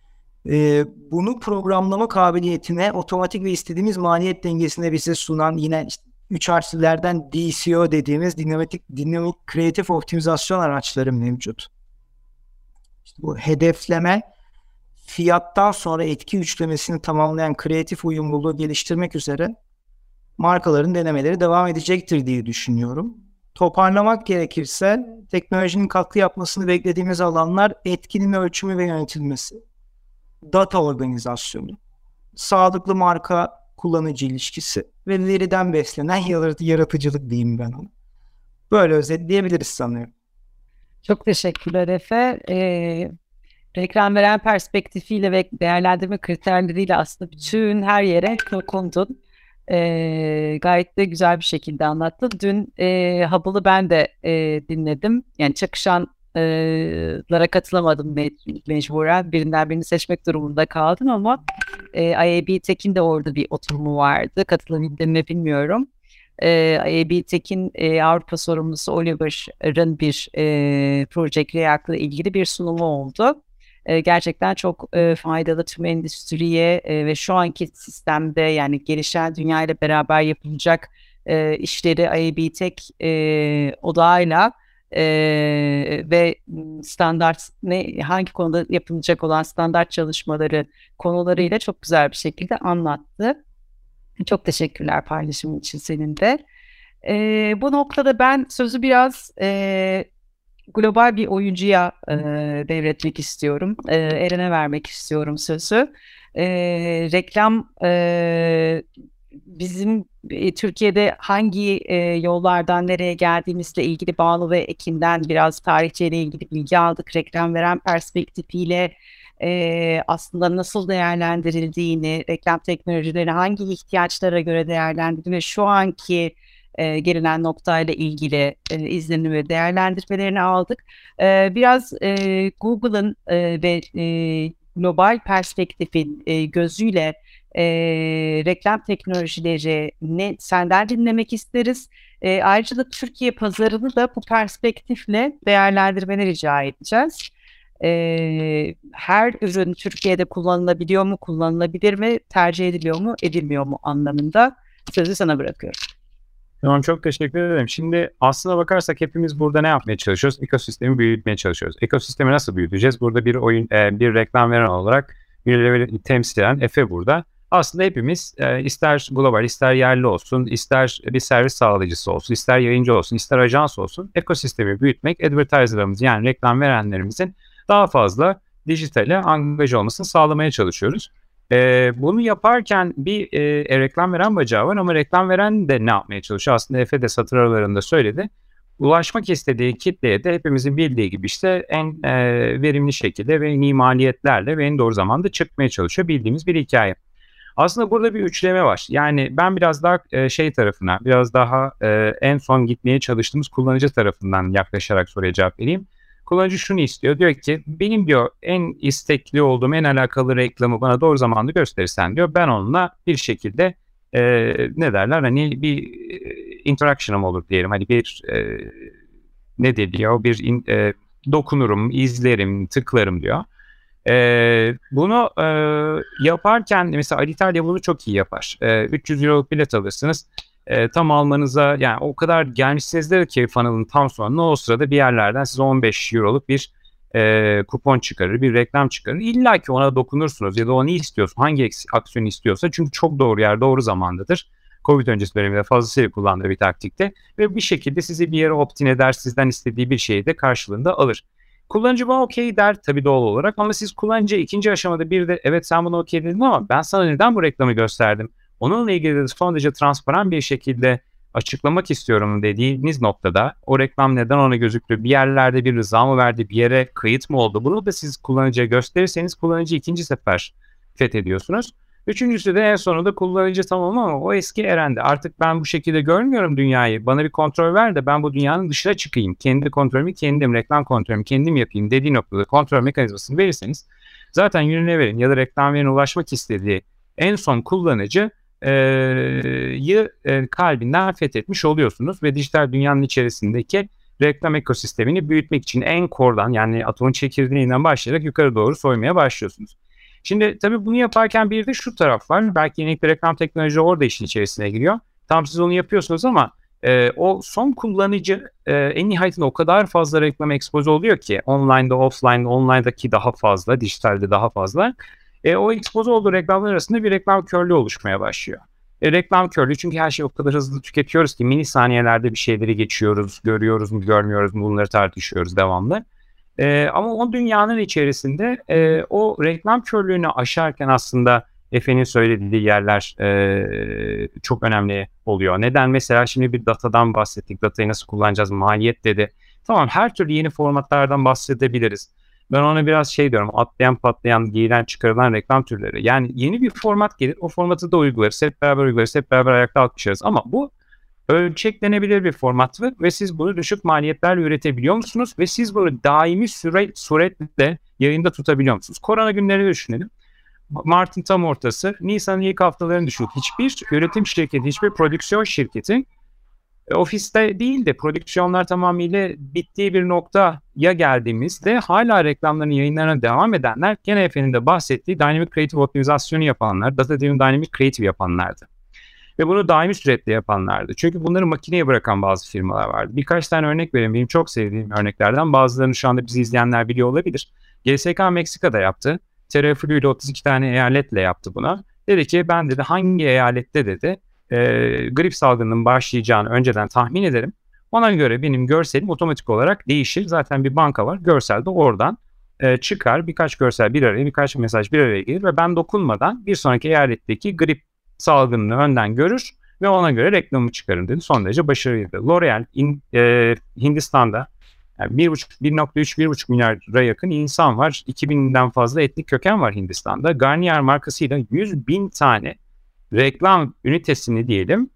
Ee, bunu programlama kabiliyetine otomatik ve istediğimiz maliyet dengesinde bize sunan yine işte üç harflerden D C O dediğimiz dinamik, dinamik kreatif optimizasyon araçları mevcut. İşte bu hedefleme, fiyattan sonra etki üçlemesini tamamlayan kreatif uyumluluğu geliştirmek üzere markaların denemeleri devam edecektir diye düşünüyorum. Toparlamak gerekirse teknolojinin katkı yapmasını beklediğimiz alanlar etkinin ölçümü ve yönetilmesi, data organizasyonu, sağlıklı marka kullanıcı ilişkisi ve veriden beslenen yaratıcılık diyeyim ben ona. Böyle özetleyebiliriz sanıyorum. Çok teşekkürler Efe. Ee, reklam veren perspektifiyle ve değerlendirme kriterleriyle aslında bütün her yere dokundun. Ee, gayet de güzel bir şekilde anlattın. Dün e, Hubble'ı ben de e, dinledim. Yani çakışanlara katılamadım me- mecburen. Birinden birini seçmek durumunda kaldım ama e, I A B Tech'in de orada bir oturumu vardı. Katılabildim mi bilmiyorum. E, I A B Tech'in e, Avrupa sorumlusu Oliver'ın bir e, Project React'la ilgili bir sunumu oldu. E, gerçekten çok e, faydalı tüm endüstriye e, ve şu anki sistemde yani gelişen dünya ile beraber yapılacak e, işleri I A B Tech e, odağıyla e, ve standart ne hangi konuda yapılacak olan standart çalışmaları konularıyla çok güzel bir şekilde anlattı. Çok teşekkürler paylaşımın için senin de. E, bu noktada ben sözü biraz e, global bir oyuncuya e, devretmek istiyorum. E, Eren'e vermek istiyorum sözü. E, reklam e, bizim e, Türkiye'de hangi e, yollardan nereye geldiğimizle ilgili Banu ve Ekin'den biraz tarihçeyle ilgili bilgi aldık. Reklam veren perspektifiyle e, aslında nasıl değerlendirildiğini, reklam teknolojilerini hangi ihtiyaçlara göre değerlendirdiğini ve şu anki E, gelinen noktayla ilgili e, izlenim ve değerlendirmelerini aldık. E, biraz e, Google'ın e, ve e, global perspektifin e, gözüyle e, reklam teknolojilerini senden dinlemek isteriz. E, ayrıca da Türkiye pazarını da bu perspektifle değerlendirmeni rica edeceğiz. E, her ürün Türkiye'de kullanılabiliyor mu, kullanılabilir mi, tercih ediliyor mu, edilmiyor mu anlamında sözü sana bırakıyorum. Tamam, çok teşekkür ederim. Şimdi aslına bakarsak hepimiz burada ne yapmaya çalışıyoruz? Ekosistemi büyütmeye çalışıyoruz. Ekosistemi nasıl büyüteceğiz? Burada bir oyun, e, bir reklam veren olarak birileri temsil eden Efe burada. Aslında hepimiz e, ister global, ister yerli olsun, ister bir servis sağlayıcısı olsun, ister yayıncı olsun, ister ajans olsun, ekosistemi büyütmek, advertiser'larımız yani reklam verenlerimizin daha fazla dijitale angaj olmasını sağlamaya çalışıyoruz. Ee, bunu yaparken bir e, reklam veren bacağı var ama reklam veren de ne yapmaya çalışıyor? Aslında Efe de satır aralarında söyledi. Ulaşmak istediği kitleye de hepimizin bildiği gibi işte en e, verimli şekilde ve en iyi maliyetlerle ve en doğru zamanda çıkmaya çalışıyor, bildiğimiz bir hikaye. Aslında burada bir üçleme var. Yani ben biraz daha e, şey tarafına, biraz daha e, en son gitmeye çalıştığımız kullanıcı tarafından yaklaşarak soruya cevap vereyim. Kullanıcı şunu istiyor. Diyor ki benim diyor en istekli olduğum en alakalı reklamı bana doğru zamanda gösterirsen diyor. Ben onunla bir şekilde e, ne derler hani bir e, interaction'ım olur diyelim. Hani bir e, ne deniyor bir in, e, dokunurum, izlerim, tıklarım diyor. E, bunu e, yaparken mesela Alitalia bunu çok iyi yapar. E, üç yüz euroluk bilet alırsınız. E, tam almanıza yani o kadar gelmişsinizdir ki funnel'ın tam sonunda o sırada bir yerlerden size on beş euroluk bir e, kupon çıkarır, bir reklam çıkarır. İlla ki ona dokunursunuz ya da o ne istiyorsa, hangi aksiyonu istiyorsa çünkü çok doğru yer, doğru zamandadır. Covid öncesi döneminde fazlasıyla kullandığı bir taktikte ve bir şekilde sizi bir yere opt-in eder, sizden istediği bir şeyi de karşılığında alır. Kullanıcı bana okey der tabii doğal olarak ama siz kullanıcı ikinci aşamada bir de evet sen buna okey dedin ama ben sana neden bu reklamı gösterdim? Onunla ilgili de son derece transparan bir şekilde açıklamak istiyorum dediğiniz noktada o reklam neden ona gözüktü, bir yerlerde bir rıza mı verdi, bir yere kayıt mı oldu? Bunu da siz kullanıcıya gösterirseniz kullanıcı ikinci sefer fethediyorsunuz. Üçüncüsü de en sonunda kullanıcı tamam ama o eski erendi. Artık ben bu şekilde görmüyorum dünyayı. Bana bir kontrol ver de ben bu dünyanın dışına çıkayım. Kendi kontrolümü kendim, reklam kontrolümü kendim yapayım dediği noktada kontrol mekanizmasını verirseniz zaten Unilever'in ya da reklam verine ulaşmak istediği en son kullanıcı yı e, kalbinden fethetmiş oluyorsunuz ve dijital dünyanın içerisindeki reklam ekosistemini büyütmek için en kordan yani atomun çekirdeğinden başlayarak yukarı doğru soymaya başlıyorsunuz. Şimdi tabii bunu yaparken bir de şu taraf var. Belki yenilikli reklam teknoloji orada işin içerisine giriyor. Tam siz onu yapıyorsunuz ama e, o son kullanıcı e, en nihayetinde o kadar fazla reklam ekspoze oluyor ki online'da, offline'da, online'daki daha fazla, dijitalde daha fazla. E, o ekspoze olduğu reklamlar arasında bir reklam körlüğü oluşmaya başlıyor. E, reklam körlüğü çünkü her şeyi o kadar hızlı tüketiyoruz ki mini saniyelerde bir şeyleri geçiyoruz, görüyoruz mu, görmüyoruz mu bunları tartışıyoruz devamlı. E, ama o dünyanın içerisinde e, o reklam körlüğünü aşarken aslında Efe'nin söylediği yerler e, çok önemli oluyor. Neden? Mesela şimdi bir datadan bahsettik. Datayı nasıl kullanacağız? Maliyet dedi. Tamam her türlü yeni formatlardan bahsedebiliriz. Ben ona biraz şey diyorum, atlayan patlayan, giyilen çıkarılan reklam türleri. Yani yeni bir format gelir, o formatı da uygularız, hep beraber uygularız, hep beraber ayakta alkışlarız. Ama bu ölçeklenebilir bir format ve siz bunu düşük maliyetlerle üretebiliyor musunuz? Ve siz bunu daimi süre, suretle yayında tutabiliyor musunuz? Korona günlerini düşünelim. Mart'ın tam ortası, Nisan'ın ilk haftalarını düşünün. Hiçbir üretim şirketi, hiçbir prodüksiyon şirketi ofiste değil de prodüksiyonlar tamamıyla bittiği bir noktaya geldiğimizde hala reklamların yayınlarına devam edenler gene Efe'nin de bahsettiği dynamic creative optimizasyonu yapanlar, data driven dynamic creative yapanlardı. Ve bunu daimi süretle yapanlardı. Çünkü bunları makineye bırakan bazı firmalar vardı. Birkaç tane örnek vereyim. Benim çok sevdiğim örneklerden bazılarını şu anda bizi izleyenler biliyor olabilir. G S K Meksika'da yaptı. Teraflu ile otuz iki tane eyaletle yaptı buna. Dedi ki ben dedi hangi eyalette dedi e, grip salgınının başlayacağını önceden tahmin ederim. Ona göre benim görselim otomatik olarak değişir. Zaten bir banka var. Görsel de oradan e, çıkar. Birkaç görsel bir araya, birkaç mesaj bir araya gelir ve ben dokunmadan bir sonraki eyaletteki grip salgınını önden görür ve ona göre reklamı çıkarın dedi. Son derece başarılıydı. L'Oreal in, e, Hindistan'da yani bir nokta üç bir buçuk milyara yakın insan var. iki binden fazla etnik köken var Hindistan'da. Garnier markasıyla yüz bin tane reklam ünitesini diyelim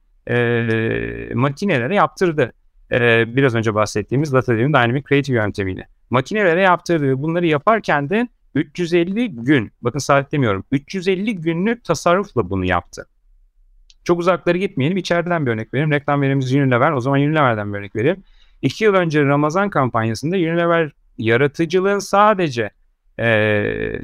e, makinelere yaptırdı. E, biraz önce bahsettiğimiz data driven dynamic creative yöntemiyle. Makinelere yaptırdı. Bunları yaparken de üç yüz elli gün, bakın saat demiyorum, üç yüz elli günlük tasarrufla bunu yaptı. Çok uzaklara gitmeyelim. İçeriden bir örnek vereyim. Reklam verimiz Unilever. O zaman Unilever'den bir örnek vereyim. İki yıl önce Ramazan kampanyasında Unilever yaratıcılığın sadece ee,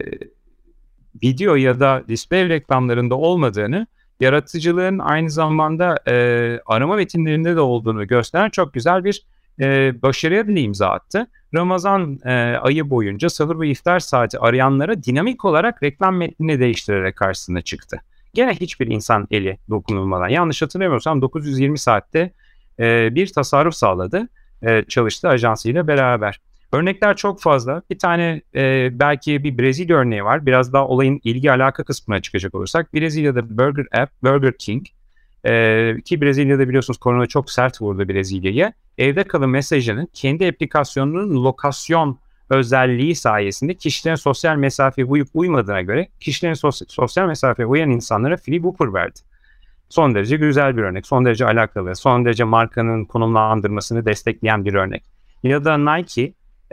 video ya da display reklamlarında olmadığını, yaratıcılığın aynı zamanda e, arama metinlerinde de olduğunu gösteren çok güzel bir e, başarıya da imza attı. Ramazan e, ayı boyunca sahur ve iftar saati arayanlara dinamik olarak reklam metnini değiştirerek karşısına çıktı. Gene hiçbir insan eli dokunulmadan, yanlış hatırlamıyorsam dokuz yüz yirmi saatte e, bir tasarruf sağladı e, çalıştığı ajansıyla beraber. Örnekler çok fazla. Bir tane e, belki bir Brezilya örneği var. Biraz daha olayın ilgi alaka kısmına çıkacak olursak. Brezilya'da Burger App, Burger King e, ki Brezilya'da biliyorsunuz korona çok sert vurdu Brezilya'ya. Evde kalın mesajının kendi aplikasyonunun lokasyon özelliği sayesinde kişilerin sosyal mesafeye uyup uymadığına göre kişilerin sos- sosyal mesafeye uyan insanlara free whopper verdi. Son derece güzel bir örnek. Son derece alakalı. Son derece markanın konumlandırmasını destekleyen bir örnek. Ya da Nike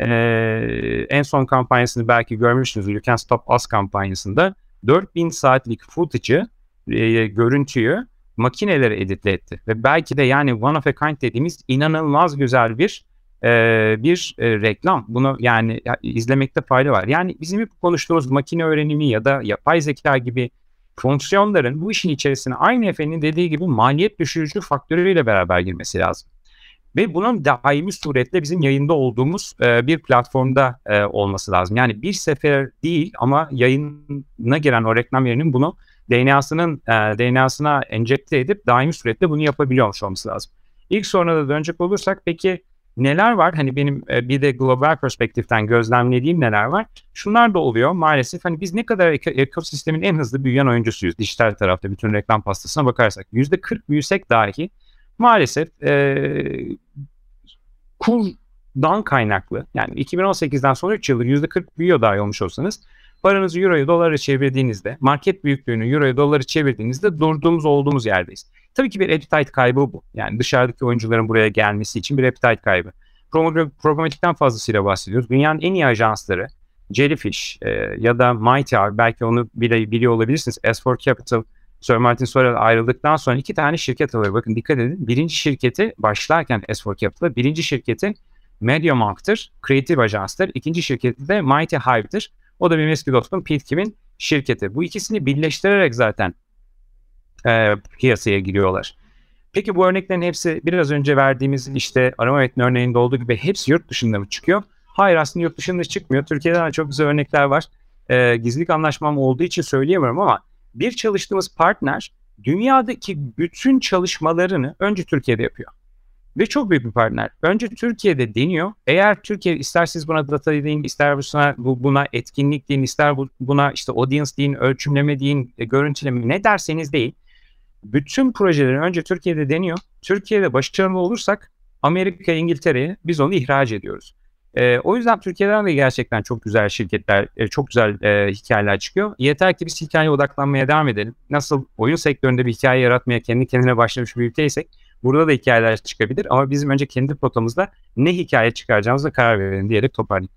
Ee, en son kampanyasını belki görmüşsünüz. You Can Stop Us kampanyasında dört bin saatlik footage'ı, e, görüntüyü makinelere editle etti. Ve belki de yani one of a kind dediğimiz inanılmaz güzel bir e, bir e, reklam. Bunu yani ya, izlemekte fayda var. Yani bizim hep konuştuğumuz makine öğrenimi ya da yapay zeka gibi fonksiyonların bu işin içerisine aynı Efe'nin dediği gibi maliyet düşürücü faktörüyle beraber girmesi lazım. Ve bunun daimi suretle bizim yayında olduğumuz e, bir platformda e, olması lazım. Yani bir sefer değil ama yayına giren o reklam yerinin bunu D N A'sının e, D N A'sına enjekte edip daimi suretle bunu yapabiliyormuş olması lazım. İlk soruna da dönecek olursak peki neler var? Hani benim e, bir de global perspektiften gözlemlediğim neler var? Şunlar da oluyor maalesef. Hani biz ne kadar ek- ekosistemin en hızlı büyüyen oyuncusuyuz dijital tarafta bütün reklam pastasına bakarsak. yüzde kırk büyüsek dahi maalesef e, kurdan kaynaklı yani iki bin on sekizden sonra üç yıldır yüzde kırk büyüyor dahi olmuş olsanız paranızı euroya dolara çevirdiğinizde, market büyüklüğünü euroya dolara çevirdiğinizde durduğumuz olduğumuz yerdeyiz. Tabii ki bir appetite kaybı bu. Yani dışarıdaki oyuncuların buraya gelmesi için bir appetite kaybı. Programmatikten fazlasıyla bahsediyoruz. Dünyanın en iyi ajansları Jellyfish e, ya da Mighty Hour, belki onu bile biliyor olabilirsiniz. S four Capital, Sir Martin Sorrell ayrıldıktan sonra iki tane şirket alıyor. Bakın dikkat edin. Birinci şirketi başlarken S four Capital'a, birinci şirketi MediaMarkt'tır, kreatif ajanstır. İkinci şirketi de Mighty Hive'dir. O da benim eski dostum Pete Kim'in şirketi. Bu ikisini birleştirerek zaten e, piyasaya giriyorlar. Peki bu örneklerin hepsi biraz önce verdiğimiz işte arama metni örneğinde olduğu gibi hepsi yurt dışında mı çıkıyor? Hayır, aslında yurt dışında çıkmıyor. Türkiye'de de çok güzel örnekler var. E, gizlilik anlaşmam olduğu için söyleyemiyorum ama bir çalıştığımız partner dünyadaki bütün çalışmalarını önce Türkiye'de yapıyor. Ve çok büyük bir partner. Önce Türkiye'de deniyor. Eğer Türkiye, ister siz buna data deyin, ister buna, buna etkinlik deyin, ister buna işte audience deyin, ölçümleme deyin, görüntüleme, ne derseniz deyin. Bütün projeleri önce Türkiye'de deniyor. Türkiye'de başarılı olursak Amerika, İngiltere'ye biz onu ihraç ediyoruz. Ee, o yüzden Türkiye'den de gerçekten çok güzel şirketler, çok güzel e, hikayeler çıkıyor. Yeter ki biz hikayeye odaklanmaya devam edelim. Nasıl oyun sektöründe bir hikaye yaratmaya kendi kendine başlamış bir ülkeysek burada da hikayeler çıkabilir. Ama bizim önce kendi potamızda ne hikaye çıkaracağımıza karar verelim diyerek toparlayayım.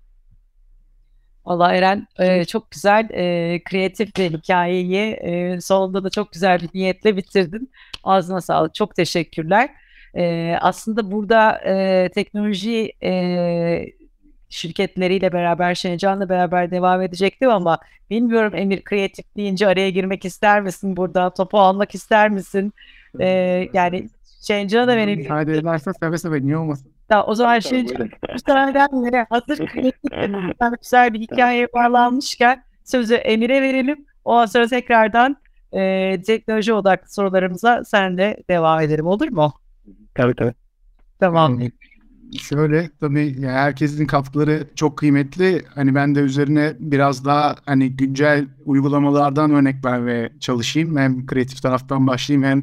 Vallahi Eren e, çok güzel, e, kreatif bir hikayeyi e, sonunda da çok güzel bir niyetle bitirdin. Ağzına sağlık. Çok teşekkürler. E, aslında burada e, teknoloji e, şirketleriyle beraber, Şencan'la beraber devam edecektim ama bilmiyorum Emir, kreatif deyince araya girmek ister misin burada? Topu almak ister misin? E, yani Şencan'a da benim... Hadi edersen seve seve, niye olmasın? Tamam, o zaman Şencan müsaaden beri hazır kreatif güzel bir hikaye bağlanmışken sözü Emir'e verelim. Ondan sonra tekrardan e, teknoloji odaklı sorularımıza sen de devam edelim, olur mu? Tabii tabii. Tamam. Yani şöyle, tabii yani herkesin katkıları çok kıymetli. Hani ben de üzerine biraz daha hani güncel uygulamalardan örnek vermeye çalışayım. Hem kreatif taraftan başlayayım, hem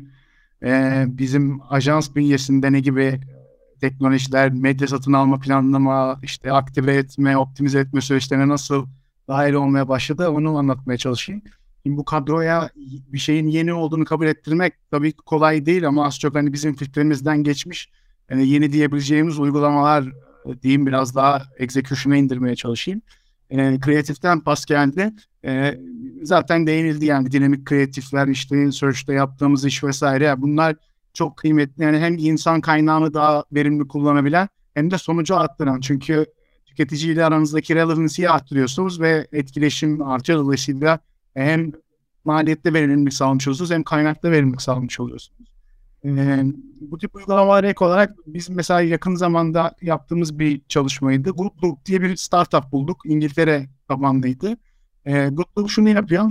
e, bizim ajans bünyesinde ne gibi teknolojiler, medya satın alma, planlama, işte aktive etme, optimize etme süreçlerine nasıl dahil olmaya başladı, onu anlatmaya çalışayım. Şimdi bu kadroya bir şeyin yeni olduğunu kabul ettirmek tabii kolay değil ama az çok hani bizim filtremizden geçmiş, yani yeni diyebileceğimiz uygulamalar diyeyim, biraz daha execution'a indirmeye çalışayım. E, kreatiften pas geldi. E, zaten değinildi yani dinamik kreatifler, işte search'te yaptığımız iş vesaire, bunlar çok kıymetli. Yani hem insan kaynağını daha verimli kullanabilen hem de sonucu arttıran. Çünkü tüketiciyle aranızdaki relevancy'yi arttırıyorsunuz ve etkileşim artıyor. Dolayısıyla hem maliyette verimlilik sağlamış oluyorsunuz hem kaynakta verimlilik sağlamış oluyorsunuz. Ee, bu tip uygulamalara ek olarak biz mesela yakın zamanda yaptığımız bir çalışmaydı. Goodlook diye bir startup bulduk. İngiltere tabanlıydı. Ee, Goodlook şunu yapıyor.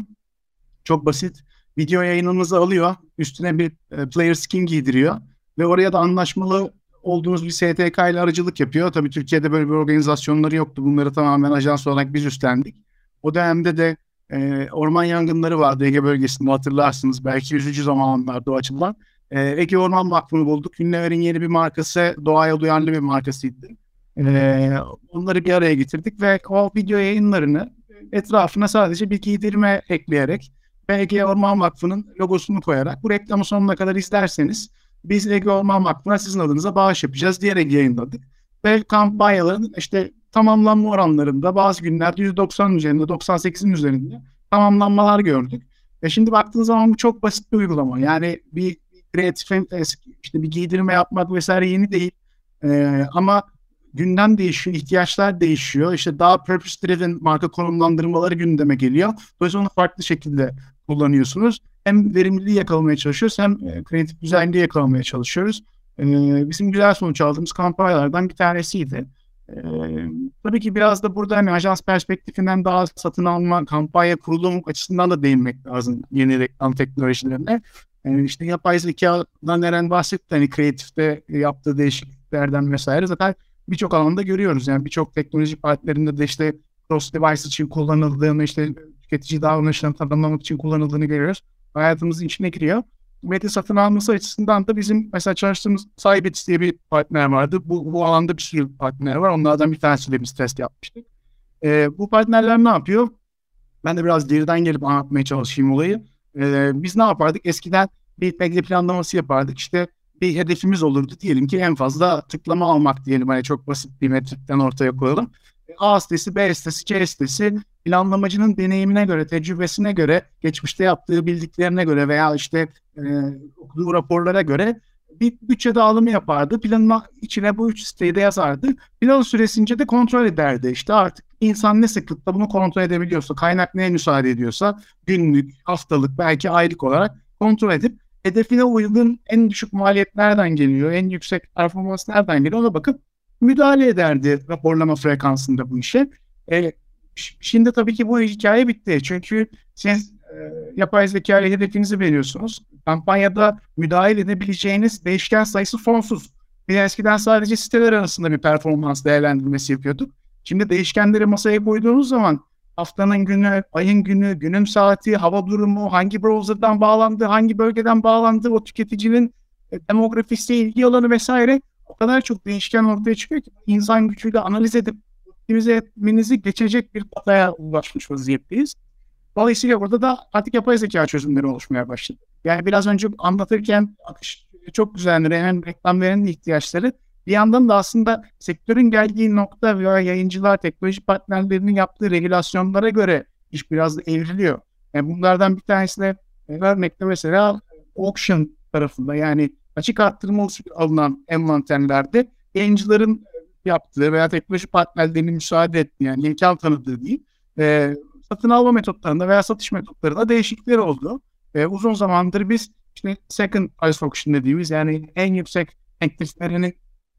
Çok basit. Video yayınınızı alıyor. Üstüne bir e, player skin giydiriyor. Ve oraya da anlaşmalı olduğunuz bir S T K ile aracılık yapıyor. Tabii Türkiye'de böyle bir organizasyonları yoktu. Bunları tamamen ajans olarak biz üstlendik. O dönemde de e, orman yangınları vardı Ege bölgesinde, hatırlarsınız. Belki üzücü zamanlardı o açıdan. E, Ege Orman Vakfı'nı bulduk. Unilever'in yeni bir markası, doğaya duyarlı bir markasıydı. E, onları bir araya getirdik ve o video yayınlarını etrafına sadece bir giydirme ekleyerek ve Ege Orman Vakfı'nın logosunu koyarak bu reklamı sonuna kadar izlerseniz biz Ege Orman Vakfı'na sizin adınıza bağış yapacağız diyerek yayınladık. Ve kampanyaların işte tamamlanma oranlarında bazı günlerde yüzde doksanın üzerinde, doksan sekizin üzerinde tamamlanmalar gördük. Ve şimdi baktığınız zaman bu çok basit bir uygulama. Yani bir kreatif, işte bir giydirme yapmak vesaire yeni değil. Ee, ama gündem değişiyor, ihtiyaçlar değişiyor. İşte daha purpose driven marka konumlandırmaları gündeme geliyor. Dolayısıyla onu farklı şekilde kullanıyorsunuz. Hem verimliliği yakalamaya çalışıyoruz, hem e, kreatif güzelliği yakalamaya çalışıyoruz. E, bizim güzel sonuç aldığımız kampanyalardan bir tanesiydi. E, tabii ki biraz da burada hani ajans perspektifinden daha satın alma, kampanya kurulum açısından da değinmek lazım yeni reklam teknolojilerine. Yani işte yapay zekadan Eren bahsetti, hani kreatifte yaptığı değişikliklerden vesaire zaten birçok alanda görüyoruz. Yani birçok teknoloji partnerinde de işte cross device için kullanıldığını, işte tüketici davranışlarını tanımlamak için kullanıldığını görüyoruz. Hayatımızın içine giriyor. Medya satın alması açısından da bizim mesela çalıştığımız Sybits diye bir partner vardı. Bu, bu alanda bir sürü partner var. Onlardan bir tanesiyle biz test yapmıştık. Ee, bu partnerler ne yapıyor? Ben de biraz geriden gelip anlatmaya çalışayım olayı. Ee, biz ne yapardık? Eskiden bir medya planlaması yapardık. İşte bir hedefimiz olurdu. Diyelim ki en fazla tıklama almak diyelim. Hani çok basit bir metrikten ortaya koyalım. A sitesi, B sitesi, C sitesi planlamacının deneyimine göre, tecrübesine göre, geçmişte yaptığı bildiklerine göre veya işte e, okuduğu raporlara göre bir bütçe dağılımı yapardı. Planın içine bu üç siteyi de yazardı. Plan süresince de kontrol ederdi. İşte artık insan ne sıklıkla bunu kontrol edebiliyorsa, kaynak neye müsaade ediyorsa günlük, haftalık, belki aylık olarak kontrol edip hedefine uygun en düşük maliyet nereden geliyor, en yüksek performans nereden geliyor ona bakıp müdahale ederdi raporlama frekansında bu işe. E, şimdi tabii ki bu hikaye bitti. Çünkü siz e, yapay zeka ile hedefinizi veriyorsunuz. Kampanyada müdahale edebileceğiniz değişken sayısı sonsuz. Biz eskiden sadece siteler arasında bir performans değerlendirmesi yapıyorduk. Şimdi değişkenleri masaya koyduğunuz zaman haftanın günü, ayın günü, günün saati, hava durumu, hangi browser'dan bağlandı, hangi bölgeden bağlandı, o tüketicinin demografisi, ilgi alanı vesaire o kadar çok değişken ortaya çıkıyor ki insan gücüyle analiz edip optimize etmenizi geçecek bir dataya ulaşmış vaziyetteyiz. Dolayısıyla burada da artık yapay zeka çözümleri oluşmaya başladı. Yani biraz önce anlatırken akış çok güzeldi. Hem reklam verenin ihtiyaçları bir yandan da aslında sektörün geldiği nokta veya yayıncılar, teknoloji partnerlerinin yaptığı regülasyonlara göre iş biraz da evriliyor. Yani bunlardan bir tanesi de örnekte mesela auction tarafında yani açık arttırma alınan envanterlerde yayıncıların yaptığı veya teknoloji partnerlerinin müsaade ettiği yani imkan tanıdığı değil, e, satın alma metotlarında veya satış metotlarında değişiklikler oldu. E, uzun zamandır biz işte second price auction dediğimiz yani en yüksek tekliflerini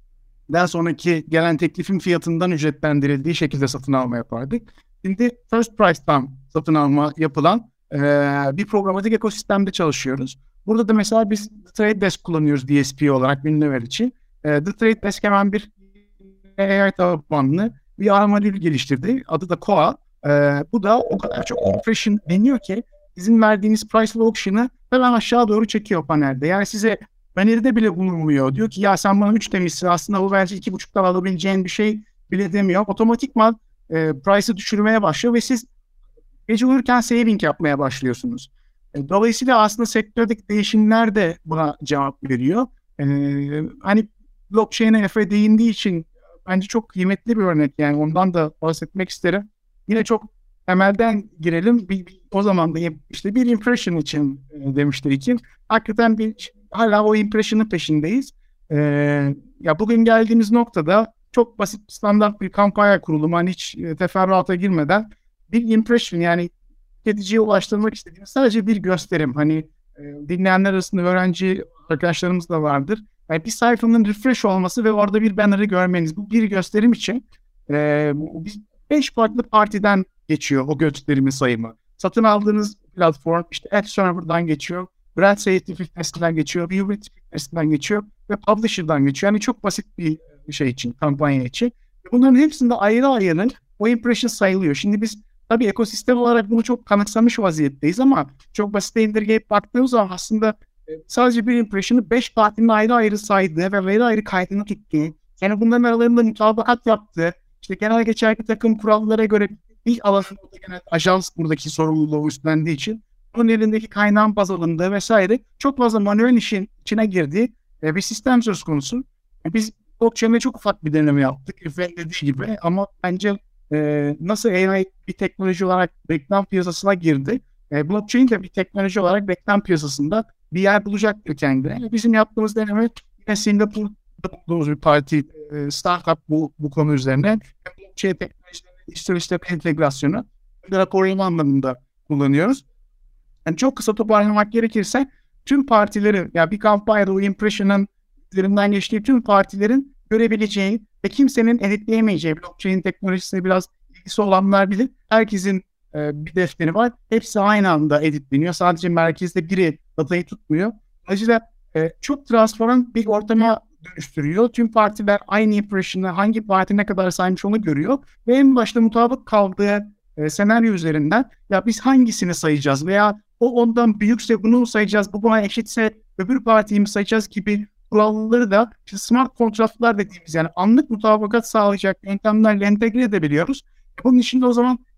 daha sonraki gelen teklifin fiyatından ücretlendirildiği şekilde satın alma yapardık. Şimdi first price'tan satın alma yapılan e, bir programatik ekosistemde çalışıyoruz. Burada da mesela biz The Trade Desk kullanıyoruz D S P olarak Unilever için. E, The Trade Desk hemen bir A I tabanlı bir ağ modülü geliştirdi. Adı da K O A. E, bu da o kadar çok impression deniyor ki sizin verdiğiniz price auction'ı hemen aşağı doğru çekiyor panelde. Yani size öneride bile bulunmuyor. Diyor ki ya sen bana üç demişsin aslında bu bence iki buçuktan alabileceğin bir şey bile demiyor. Otomatikman e, price'ı düşürmeye başlıyor ve siz gece uyurken saving yapmaya başlıyorsunuz. E, dolayısıyla aslında sektördeki değişimler de buna cevap veriyor. E, hani blockchain'e Efe değindiği için bence çok kıymetli bir örnek yani ondan da bahsetmek isterim. Yine çok temelden girelim. Bir, bir, o zaman da işte bir impression için e, demişler için. Hakikaten bir hala o impression'ın peşindeyiz. Ee, ya bugün geldiğimiz noktada çok basit standart bir kampanya kurulumu hani hiç e, teferruata girmeden bir impression yani tüketiciye ulaştırmak istediğimiz sadece bir gösterim. Hani e, dinleyenler arasında öğrenci arkadaşlarımız da vardır. Yani bir sayfanın refresh olması ve orada bir banner'ı görmeniz bu bir gösterim için e, biz beş farklı partiden geçiyor o gösterimin sayımı. Satın aldığınız platform işte ad server'dan geçiyor. Brand Safety filtresinden geçiyor, Viewability filtresinden geçiyor ve Publisher'dan geçiyor. Yani çok basit bir şey için, kampanya için. Bunların hepsinde ayrı ayrı o impression sayılıyor. Şimdi biz tabii ekosistem olarak bunu çok kanıksamış vaziyetteyiz ama çok basit indirgeyip baktığımız zaman aslında sadece bir impression'ı beş partinin ayrı ayrı saydığı ve ayrı ayrı kaydını tuttuğu, yani bunların aralarında mutabakat yaptığı, işte genel geçerli takım kurallara göre bir alanında genel ajans buradaki sorumluluğu üstlendiği için onun elindeki kaynağın baz alındığı vesaire çok fazla manuel işin içine girdiği e, bir sistem söz konusu. E, biz blockchain'de çok ufak bir deneme yaptık. Efendim dediği gibi ama bence e, nasıl A I bir teknoloji olarak reklam piyasasına girdi. E, blockchain de bir teknoloji olarak reklam piyasasında bir yer bulacaktır kendine. E, bizim yaptığımız deneme yine Singapur'da bulduğumuz bir parti e, startup bu, bu konu üzerine. Blockchain teknolojilerinin ister entegrasyonu raporlama anlamında kullanıyoruz. Yani çok kısa toparlamak gerekirse tüm partilerin ya bir kampanyada o impression'ın üzerinden geçtiği tüm partilerin görebileceği ve kimsenin editleyemeyeceği blockchain teknolojisine biraz ilgisi olanlar bilir. Herkesin e, bir defteri var. Hepsi aynı anda editleniyor. Sadece merkezde biri datayı tutmuyor. Dolayısıyla e, çok transparan bir ortama dönüştürüyor. Tüm partiler aynı impression'ı hangi parti ne kadar saymış onu görüyor ve en başta mutabık kaldığı e, senaryo üzerinden ya biz hangisini sayacağız veya o ondan büyükse bunu mu sayacağız, bu buna eşitse öbür partiyi mi sayacağız gibi kuralları da işte smart kontratlar dediğimiz yani anlık mutabakat sağlayacak yöntemlerle entegre edebiliyoruz. Bunun için de o zaman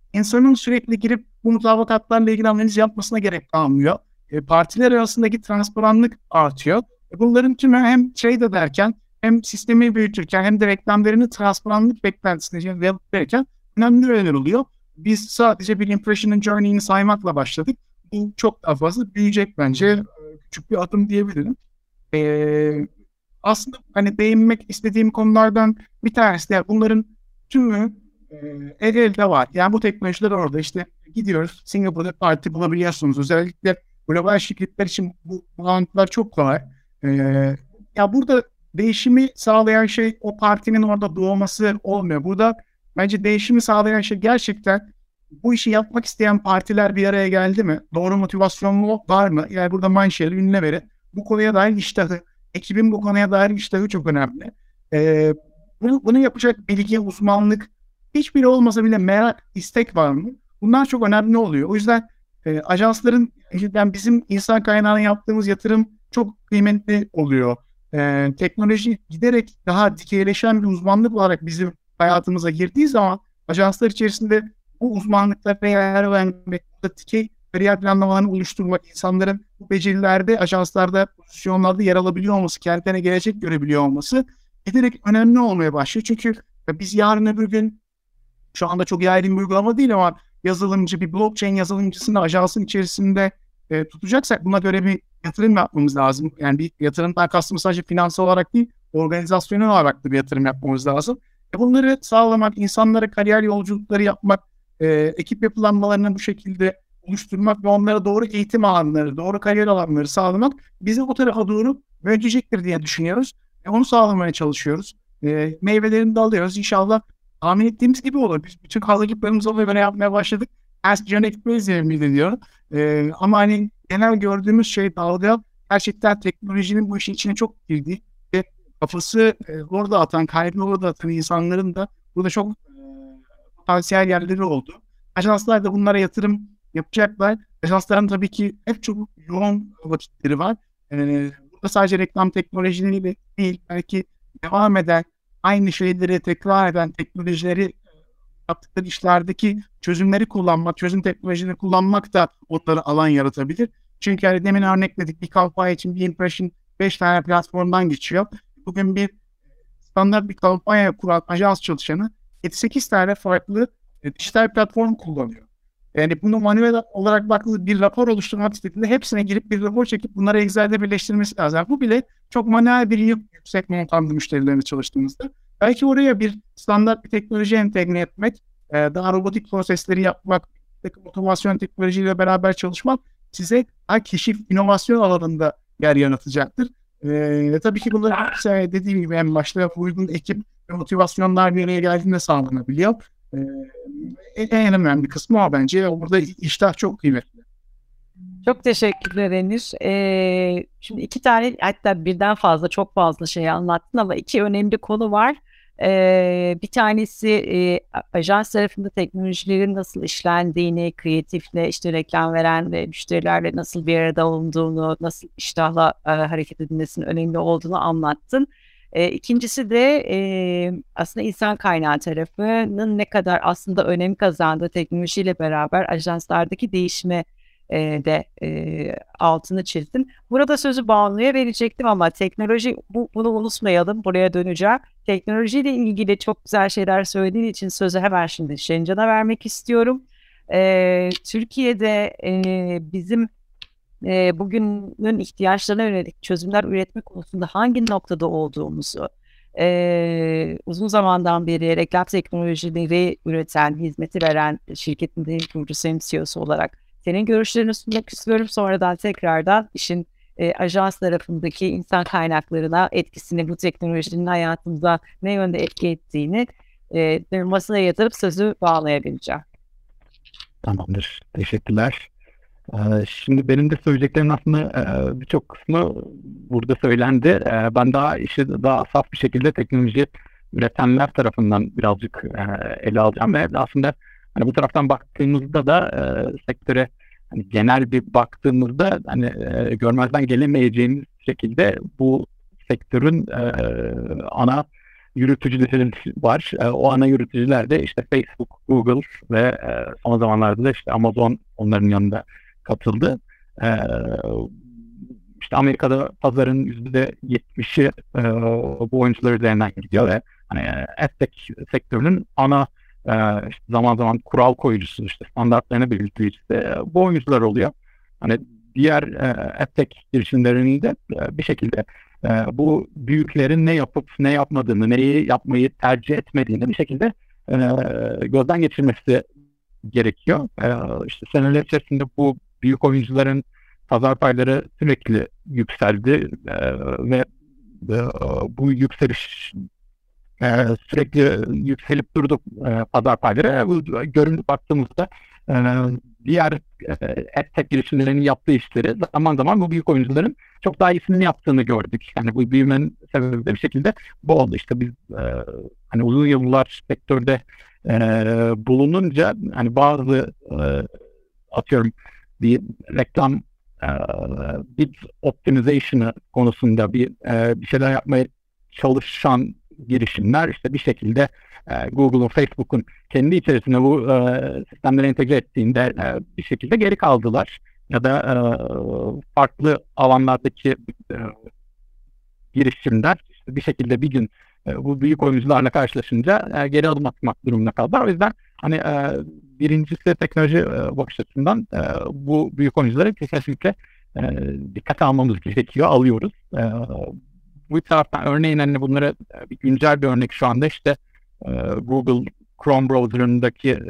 insanın sürekli girip bu mutabakatlarla ilgili analiz yapmasına gerek kalmıyor. E, partiler arasındaki transparanlık artıyor. E, bunların tümü hem şey de derken hem sistemi büyütürken hem de reklamlarını transparanlık beklentisine cevap verirken önemli öğeler oluyor. Biz sadece bir impression'ın journey'ini saymakla başladık. Bu çok daha fazla büyüyecek bence. Küçük bir adım diyebilirim. Ee, aslında hani değinmek istediğim konulardan bir tanesi de yani bunların tümü e, el elde var. Yani bu teknolojiler orada işte gidiyoruz. Singapur'da parti bulabiliyorsunuz. Özellikle global şirketler için bu bağlantılar çok kolay. Ee, ya burada değişimi sağlayan şey o partinin orada doğması olmuyor. Burada bence değişimi sağlayan şey gerçekten bu işi yapmak isteyen partiler bir araya geldi mi? Doğru motivasyonlu var mı? Yani burada Mindshare, Ünlüver'i bu konuya dair iştahı, ekibin bu konuya dair iştahı çok önemli. Ee, bunu, bunu yapacak bilgi, uzmanlık, hiçbiri olmasa bile merak, istek var mı? Bunlar çok önemli oluyor. O yüzden e, ajansların, yani bizim insan kaynağına yaptığımız yatırım çok kıymetli oluyor. E, teknoloji giderek daha dikeyleşen bir uzmanlık olarak bizim hayatımıza girdiği zaman ajanslar içerisinde bu uzmanlıklara yer vermek, dikey kariyer planlamalarını oluşturmak, insanların bu becerilerde, ajanslarda, pozisyonlarda yer alabiliyor olması, kendilerine gelecek görebiliyor olması giderek önemli olmaya başlıyor. Çünkü biz yarın öbür gün, şu anda çok yaygın bir uygulama değil ama yazılımcı, bir blockchain yazılımcısını ajansın içerisinde e, tutacaksak buna göre bir yatırım yapmamız lazım. Yani bir yatırımdan kastımız sadece finansal olarak değil, organizasyonel olarak da bir yatırım yapmamız lazım. E bunları sağlamak, insanlara kariyer yolculukları yapmak, e, ekip yapılanmalarını bu şekilde oluşturmak ve onlara doğru eğitim alanları, doğru kariyer alanları sağlamak bizi o tarafa doğru bölecektir diye düşünüyoruz. E onu sağlamaya çalışıyoruz. E, meyvelerini de alıyoruz. İnşallah tahmin ettiğimiz gibi olur. Biz bütün hazırlıklarımızı oluyor, böyle yapmaya başladık. Ask John Express diyor. E, ama hani genel gördüğümüz şey dalga gerçekten teknolojinin bu işin içine çok girdiği ve kafası e, orada atan, kalbini orada atan insanların da burada çok e, potansiyel yerleri oldu. Ajanslar da bunlara yatırım yapacaklar. Ajansların tabii ki hep çok yoğun vakitleri var. Ee, burada sadece reklam teknolojileri değil, belki devam eden, aynı şeyleri tekrar eden teknolojileri, yaptıkları işlerdeki çözümleri kullanmak, çözüm teknolojilerini kullanmak da onlara alan yaratabilir. Çünkü hani demin örnekledik, bir kampanya için bir impression beş tane platformdan geçiyor. Bugün bir standart bir kampanya kuran ajans çalışanı yedi sekiz tane farklı e, dijital platform kullanıyor. Yani bunu manuel olarak baktığınızda bir rapor oluşturmak istediğinde hepsine girip bir rapor çekip bunları Excel'de birleştirmesi lazım. Bu bile çok manuel bir yük, yüksek montanlı müşterilerine çalıştığınızda. Belki oraya bir standart bir teknoloji entegre etmek, daha robotik prosesleri yapmak, otomasyon teknolojiyle beraber çalışmak size daha keşif, inovasyon alanında yer yaratacaktır. Ee, tabii ki bunlar dediğim gibi en başta uygun ekip ve motivasyonlar bir araya geldiğinde sağlanabiliyor. Ee, en önemli kısmı o bence. Burada iştah çok kıymetli. Çok teşekkürler Emir. Ee, şimdi iki tane, hatta birden fazla, çok fazla şey anlattın ama iki önemli konu var. Ee, bir tanesi e, ajans tarafında teknolojilerin nasıl işlendiğini, kreatifle, işte reklam veren ve müşterilerle nasıl bir arada olduğunu, nasıl iştahla e, hareket edilmesinin önemli olduğunu anlattın. E, ikincisi de e, aslında insan kaynağı tarafının ne kadar aslında önem kazandığı teknolojiyle beraber ajanslardaki değişime e, de e, altını çizdin. Burada sözü Banu'ya verecektim ama teknoloji, bu, bunu unutmayalım, buraya döneceğim. Teknolojiyle ilgili çok güzel şeyler söylediğin için sözü hemen şimdi Şencan'a vermek istiyorum. E, Türkiye'de e, bizim e, bugünün ihtiyaçlarına yönelik çözümler üretme konusunda hangi noktada olduğumuzu, e, uzun zamandan beri reklam teknolojileri üreten, hizmeti veren şirketin de kurucusu, hem C E O'su olarak senin görüşlerini sunmak istiyorum. Sonradan tekrardan işin e, ajans tarafındaki insan kaynaklarına etkisini, bu teknolojinin hayatımıza ne yönde etki ettiğini e, masaya yatırıp sözü bağlayabileceğim. Tamamdır. Teşekkürler. Ee, şimdi benim de söyleyeceklerimin aslında e, birçok kısmı burada söylendi. E, ben daha işi daha saf bir şekilde teknoloji üretenler tarafından birazcık e, ele alacağım ve aslında hani bu taraftan baktığımızda da e, sektöre hani genel bir baktığımızda hani e, görmezden gelemeyeceğimiz şekilde bu sektörün e, ana yürütücüleri var. E, o ana yürütücüler de işte Facebook, Google ve e, son zamanlarda da işte Amazon onların yanında katıldı. E, işte Amerika'da pazarın yüzde yetmişi e, bu oyuncular üzerinden gidiyor ve hani AdTech sektörünün ana e, işte zaman zaman kural koyucusu, işte standartlarını belirleyicisi e, bu oyuncular oluyor. Hani diğer e, AdTech girişimlerinin de e, bir şekilde e, bu büyüklerin ne yapıp ne yapmadığını, neyi yapmayı tercih etmediğini bir şekilde e, gözden geçirmesi gerekiyor. E, işte seneler içerisinde bu büyük oyuncuların pazar payları sürekli yükseldi e, ve e, bu yükseliş e, sürekli yükselip durdu e, pazar payları. Bu görünüp baktığımızda e, diğer e, AdTech girişimlerinin yaptığı işleri zaman zaman bu büyük oyuncuların çok daha iyisini yaptığını gördük. Yani bu büyümenin sebebi de bir şekilde bu oldu. İşte biz e, hani uzun yıllar sektörde e, bulununca hani bazı e, atıyorum bir reklam bid optimization'ı konusunda bir bir şeyler yapmaya çalışan girişimler işte bir şekilde Google'un, Facebook'un kendi içerisine bu sistemleri entegre ettiğinde bir şekilde geri kaldılar. Ya da farklı alanlardaki girişimler işte bir şekilde bir gün bu büyük oyuncularla karşılaşınca geri adım atmak durumunda kaldılar. O yüzden hani birincisi teknoloji bakış açısından bu büyük oyuncuları kesinlikle dikkate almamız gerekiyor, alıyoruz. Bu taraftan örneğin hani bunlara bir güncel bir örnek şu anda işte Google Chrome browser'ındaki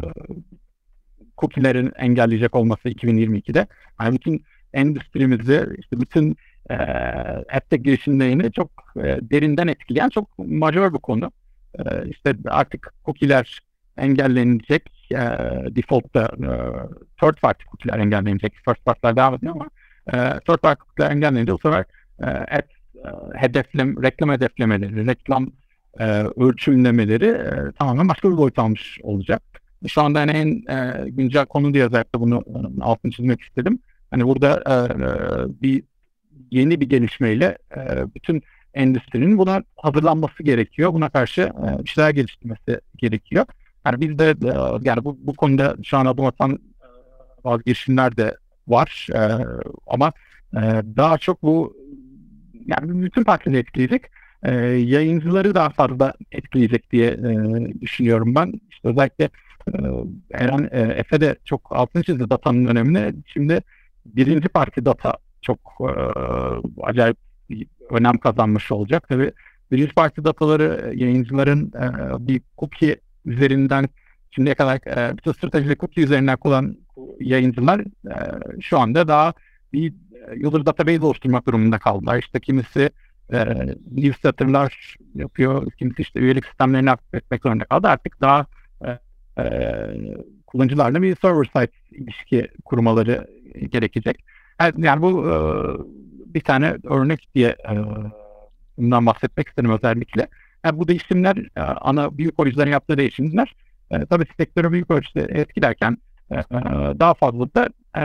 cookie'lerin engelleyecek olması iki bin yirmi ikide. Yani bütün endüstrimizi, işte bütün e, AdTech girişimlerini çok e, derinden etkileyen çok majör bir konu. E, işte artık cookie'ler engellenecek. E, default'ta e, third party cookie'ler engellenecek. First party'ler devam ediyor ama e, third party cookie'ler engellenince bu sefer e, ad e, hedeflem, reklam hedeflemeleri, reklam e, ölçümlemeleri e, tamamen başka bir boyut almış olacak. Şu anda hani en e, güncel konu diye zaten bunu e, altını çizmek istedim. Hani burada e, bir yeni bir gelişmeyle e, bütün endüstrinin buna hazırlanması gerekiyor. Buna karşı e, bir şeyler geliştirmesi gerekiyor. Yani biz de e, yani bu, bu konuda şu an adım atan e, bazı girişimler de var. E, ama e, daha çok bu yani bütün partileri etkileyecek. E, yayıncıları daha fazla etkileyecek diye e, düşünüyorum ben. İşte özellikle e, Eren e, Efe de çok altını çizdi datanın önemini. Şimdi birinci parti data çok e, acayip önem kazanmış olacak. Tabii birinci parti dataları yayıncıların e, bir cookie üzerinden şimdiye kadar e, bütün stratejik cookie üzerinden kullanan yayıncılar e, şu anda daha bir user database oluşturmak durumunda kaldılar. İşte kimisi e, newsletter'lar yapıyor, kimisi işte üyelik sistemlerini aktif etmek zorunda kaldı. Artık daha e, e, kullanıcılarla bir server side ilişki kurmaları gerekecek. Yani bu e, bir tane örnek diye e, bundan bahsetmek istedim özellikle. Yani bu değişimler e, ana büyük oyuncuların yaptığı değişimler e, tabii sektörü büyük ölçüde etkilerken e, daha fazla da e,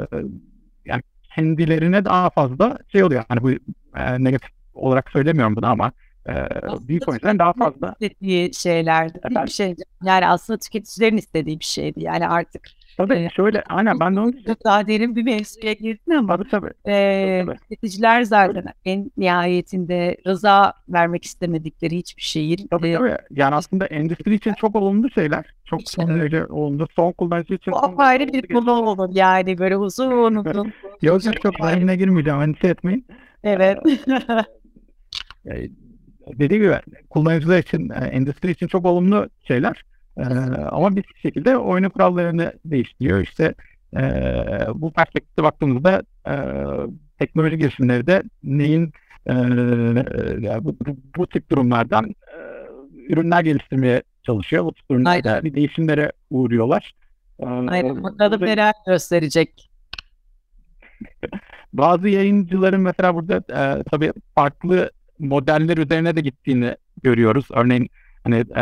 yani kendilerine daha fazla şey oluyor. Hani bu e, negatif olarak söylemiyorum bunu ama e, büyük oyuncuların daha fazla istediği şeylerdi. Bir şey. Yani aslında tüketicilerin istediği bir şeydi. Yani artık tabii e, şöyle aynen ben de onu çok daha derin bir mevzuya girdin ama tabii tabii. e, tabii. tüketiciler zaten en nihayetinde rıza vermek istemedikleri hiçbir şeyin Tabii e, tabii. Yani aslında endüstri için çok olumlu şeyler. Çok öyle olumlu. Son kullanıcı için. o ayrı bir konu olur yani böyle uzun uzun. Yok yok çok derinine girmeyeceğim. Endişe etmeyin. Evet. Yani dediğim gibi kullanıcılar için, endüstri için çok olumlu şeyler. Ee, ama bir şekilde oyunu kurallarını değiştiriyor. İşte e, bu perspektifte baktığımızda e, teknoloji girişimleri de neyin e, e, bu, bu, bu tip durumlardan e, ürünler geliştirmeye çalışıyor. Bu tip durumlarda bir değişimlere uğruyorlar. Ee, Aynen. Bakalım neler gösterecek. Bazı yayıncıların mesela burada e, tabii farklı modeller üzerine de gittiğini görüyoruz. Örneğin hani e,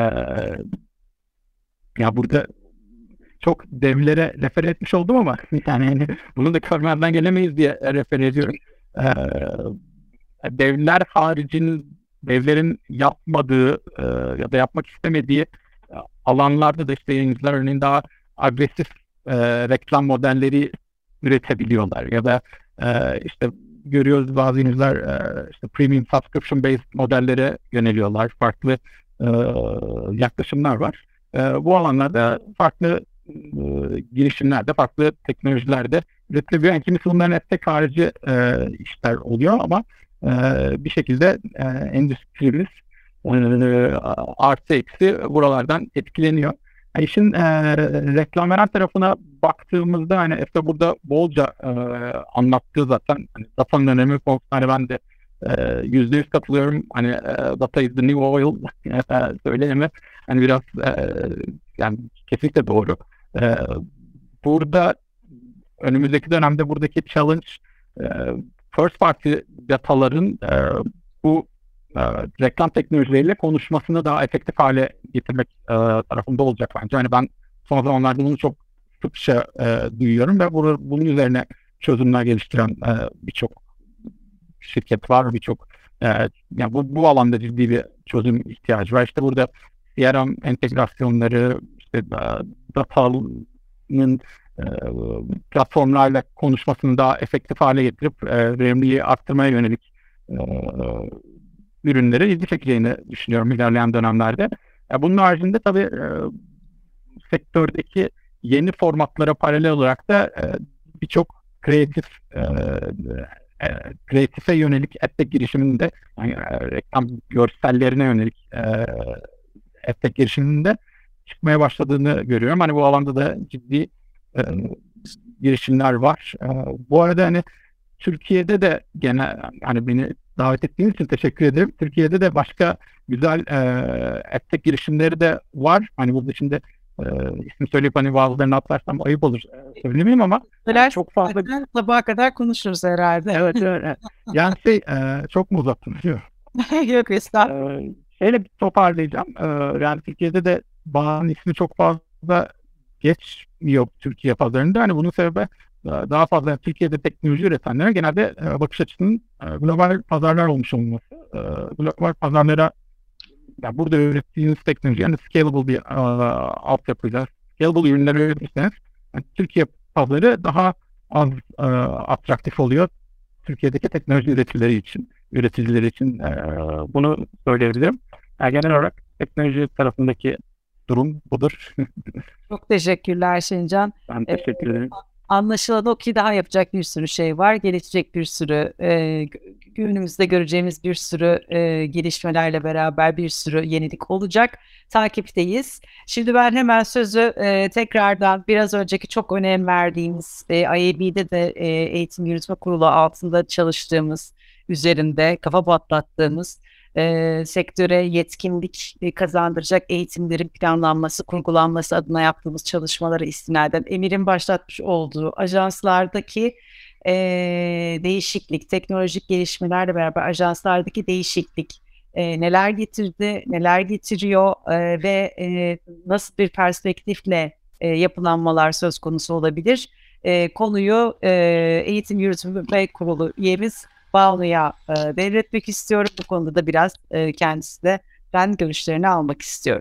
ya burada çok devlere refer etmiş oldum ama yani, yani bunu da görmezden gelemeyiz diye refer ediyorum. E, devler haricinde devlerin yapmadığı e, ya da yapmak istemediği e, alanlarda da işte yayıncılar örneğin daha agresif e, reklam modelleri üretebiliyorlar ya da e, işte görüyoruz bazı yayıncılar e, işte premium subscription based modellere yöneliyorlar. Farklı e, yaklaşımlar var. E, bu alanlarda farklı e, girişimlerde, farklı teknolojilerde üretilebiliyor. Yani kimisi bunların estek harici e, işler oluyor ama e, bir şekilde e, endüstrimiz e, artı eksi buralardan etkileniyor. Yani işin e, reklam veren tarafına baktığımızda hani Efe burada bolca e, anlattığı zaten hani datanın önemi konusunda hani ben de yüzde yüz katılıyorum. Hani e, data is the new oil e, söyleyemi hani biraz e, yani kesinlikle doğru. E, burada önümüzdeki dönemde buradaki challenge e, first party dataların e, bu e, reklam teknolojileriyle konuşmasını daha efektif hale getirmek e, tarafında olacak bence. Hani ben son zamanlarda bunu çok sıkça e, duyuyorum ve bunu, bunun üzerine çözümler geliştiren e, birçok şirket var, birçok e, yani bu, bu alanda ciddi bir çözüm ihtiyacı var. İşte burada C R M entegrasyonları, işte e, datanın e, platformlarla konuşmasını daha efektif hale getirip e, verimliliği arttırmaya yönelik e, ürünleri ilgi çekeceğini düşünüyorum ilerleyen dönemlerde. E, bunun haricinde tabii e, sektördeki yeni formatlara paralel olarak da e, birçok kreatif e, e, kreatife yönelik AdTech girişiminde yani, e, reklam görsellerine yönelik e, AdTech girişiminde çıkmaya başladığını görüyorum. Hani bu alanda da ciddi e, girişimler var. E, bu arada hani Türkiye'de de gene hani beni davet ettiğiniz için teşekkür ederim. Türkiye'de de başka güzel e, AdTech girişimleri de var. Hani burada şimdi e, ismi söyleyip hani bazılarını atlarsam ayıp olur. E, söylemeyeyim ama yani çok fazla. Sabaha kadar konuşuruz herhalde. Evet öyle. Yani şey e, çok mu uzattınız? Yok. Yok estağfurullah. E, şöyle bir toparlayacağım. E, yani Türkiye'de de bağın ismi çok fazla geçmiyor Türkiye pazarında. Hani bunun sebebi daha fazla Türkiye'de teknoloji üretenlere genelde e, bakış açısının e, global pazarlar olmuş olması. E, global pazarlara yani burada ürettiğiniz teknoloji yani scalable bir e, altyapıyla scalable ürünler üretirseniz yani Türkiye pazarı daha az e, atraktif oluyor Türkiye'deki teknoloji üreticileri için, üreticileri için e, bunu söyleyebilirim. Yani genel olarak teknoloji tarafındaki durum budur. Çok teşekkürler Şencan. Ben teşekkür ederim. Anlaşılan o ki daha yapacak bir sürü şey var. Gelişecek bir sürü, e, günümüzde göreceğimiz bir sürü e, gelişmelerle beraber bir sürü yenilik olacak. Takipteyiz. Şimdi ben hemen sözü e, tekrardan biraz önceki çok önem verdiğimiz e, I A B'de de e, Eğitim Yürütme Kurulu altında çalıştığımız, üzerinde kafa patlattığımız E, sektöre yetkinlik e, kazandıracak eğitimlerin planlanması, kurgulanması adına yaptığımız çalışmalara istinaden Emir'in başlatmış olduğu ajanslardaki e, değişiklik, teknolojik gelişmelerle beraber ajanslardaki değişiklik e, neler getirdi, neler getiriyor e, ve e, nasıl bir perspektifle e, yapılanmalar söz konusu olabilir? E, konuyu e, Eğitim Yürütme Kurulu üyemiz Banu'ya e, devretmek istiyorum. Bu konuda da biraz e, kendisi de ben görüşlerini almak istiyorum.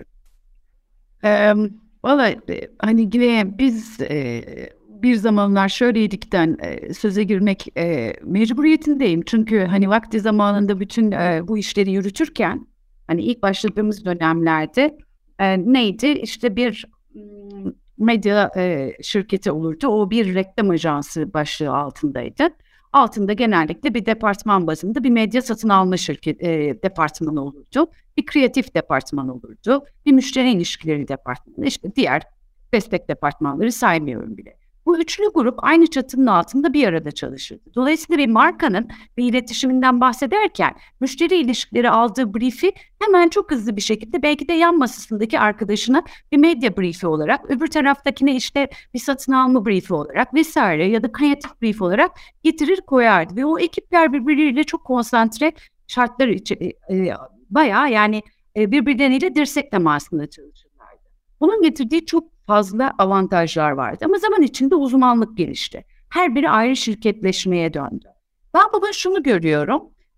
E, Valla e, hani yine biz e, bir zamanlar şöyleyedikten e, söze girmek e, mecburiyetindeyim. Çünkü hani vakti zamanında bütün e, bu işleri yürütürken hani ilk başladığımız dönemlerde e, neydi? İşte bir medya e, şirketi olurdu. O bir reklam ajansı başlığı altındaydı. Altında genellikle bir departman bazında bir medya satın alma şirket e, departmanı olurdu. Bir kreatif departman olurdu. Bir müşteri ilişkileri departmanı. İşte diğer destek departmanları saymıyorum bile. Bu üçlü grup aynı çatının altında bir arada çalışırdı. Dolayısıyla bir markanın bir iletişiminden bahsederken müşteri ilişkileri aldığı brief'i hemen çok hızlı bir şekilde belki de yan masasındaki arkadaşına bir medya brief'i olarak, öbür taraftakine işte bir satın alma brief'i olarak vesaire ya da kreatif brief olarak getirir koyardı. Ve o ekipler birbirleriyle çok konsantre şartlar için e, bayağı yani e, birbirleriyle dirsek temasında çalışırlardı. Bunun getirdiği çok fazla avantajlar vardı. Ama zaman içinde uzmanlık gelişti. Her biri ayrı şirketleşmeye döndü. Ben bugün şunu görüyorum.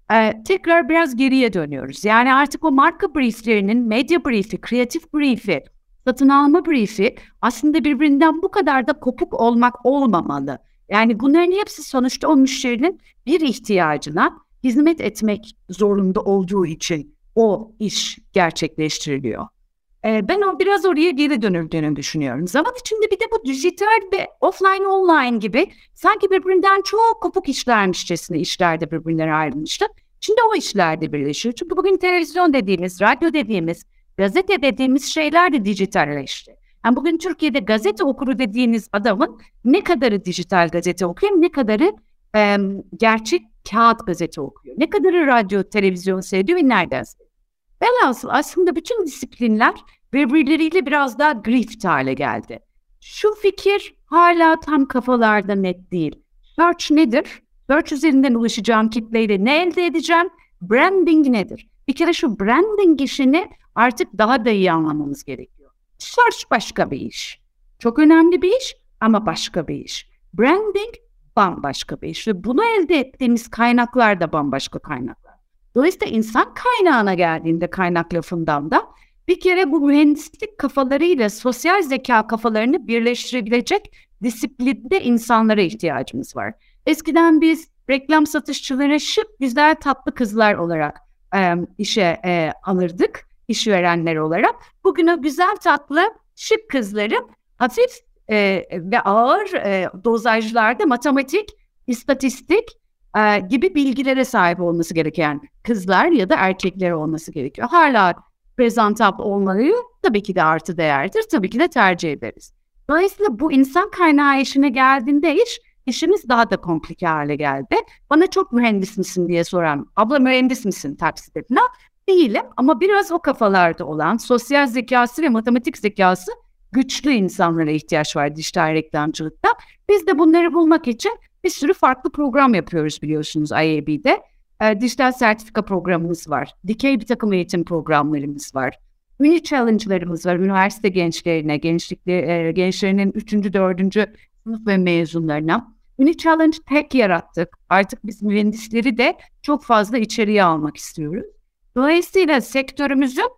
Ee, tekrar biraz geriye dönüyoruz. Yani artık o marka brieflerinin medya briefi, kreatif briefi, satın alma briefi aslında birbirinden bu kadar da kopuk olmak olmamalı. Yani bunların hepsi sonuçta o müşterinin bir ihtiyacına hizmet etmek zorunda olduğu için o iş gerçekleştiriliyor. Ee, ben o biraz oraya geri dönüldüğünü düşünüyorum. Zaman içinde bir de bu dijital ve offline online gibi sanki birbirinden çok kopuk işlermişçesine işler de birbirine ayrılmıştı. Şimdi o işler de birleşiyor. Çünkü bugün televizyon dediğimiz, radyo dediğimiz, gazete dediğimiz şeyler de dijitalleşti. Yani bugün Türkiye'de gazete okuru dediğiniz adamın ne kadarı dijital gazete okuyor, ne kadarı e, gerçek kağıt gazete okuyor, ne kadarı radyo, televizyon seyrediyor ve nereden seyrediyor. Velhasıl aslında bütün disiplinler birbirleriyle biraz daha grift hale geldi. Şu fikir hala tam kafalarda net değil. Search nedir? Search üzerinden ulaşacağım kitleyle ne elde edeceğim? Branding nedir? Bir kere şu branding işini artık daha da iyi anlamamız gerekiyor. Search başka bir iş. Çok önemli bir iş ama başka bir iş. Branding bambaşka bir iş ve bunu elde ettiğimiz kaynaklar da bambaşka kaynaklar. Dolayısıyla insan kaynağına geldiğinde kaynak lafından da bir kere bu mühendislik kafalarıyla sosyal zeka kafalarını birleştirebilecek disiplinde insanlara ihtiyacımız var. Eskiden biz reklam satışçıları şık, güzel, tatlı kızlar olarak e, işe e, alırdık, işverenler olarak. Bugün o güzel, tatlı, şık kızları hafif e, ve ağır e, dozajlarda matematik, istatistik e, gibi bilgilere sahip olması gereken kızlar ya da erkekler olması gerekiyor. Hala prezentable olmalı tabii ki de artı değerdir, tabii ki de tercih ederiz. Dolayısıyla bu insan kaynağı işine geldiğinde iş, işimiz daha da komplike hale geldi. Bana çok mühendis misin diye soran, abla mühendis misin taksitlerine? Değilim ama biraz o kafalarda olan sosyal zekası ve matematik zekası güçlü insanlara ihtiyaç var dijital reklamcılıkta. Biz de bunları bulmak için bir sürü farklı program yapıyoruz biliyorsunuz I A B'de. E, dijital sertifika programımız var. Dikey bir takım eğitim programlarımız var. Mini challenge'larımız var. Üniversite gençlerine, gençlikli, e, gençlerinin üçüncü, dördüncü sınıf ve mezunlarına. Mini challenge tek yarattık. Artık biz mühendisleri de çok fazla içeriye almak istiyoruz. Dolayısıyla sektörümüzün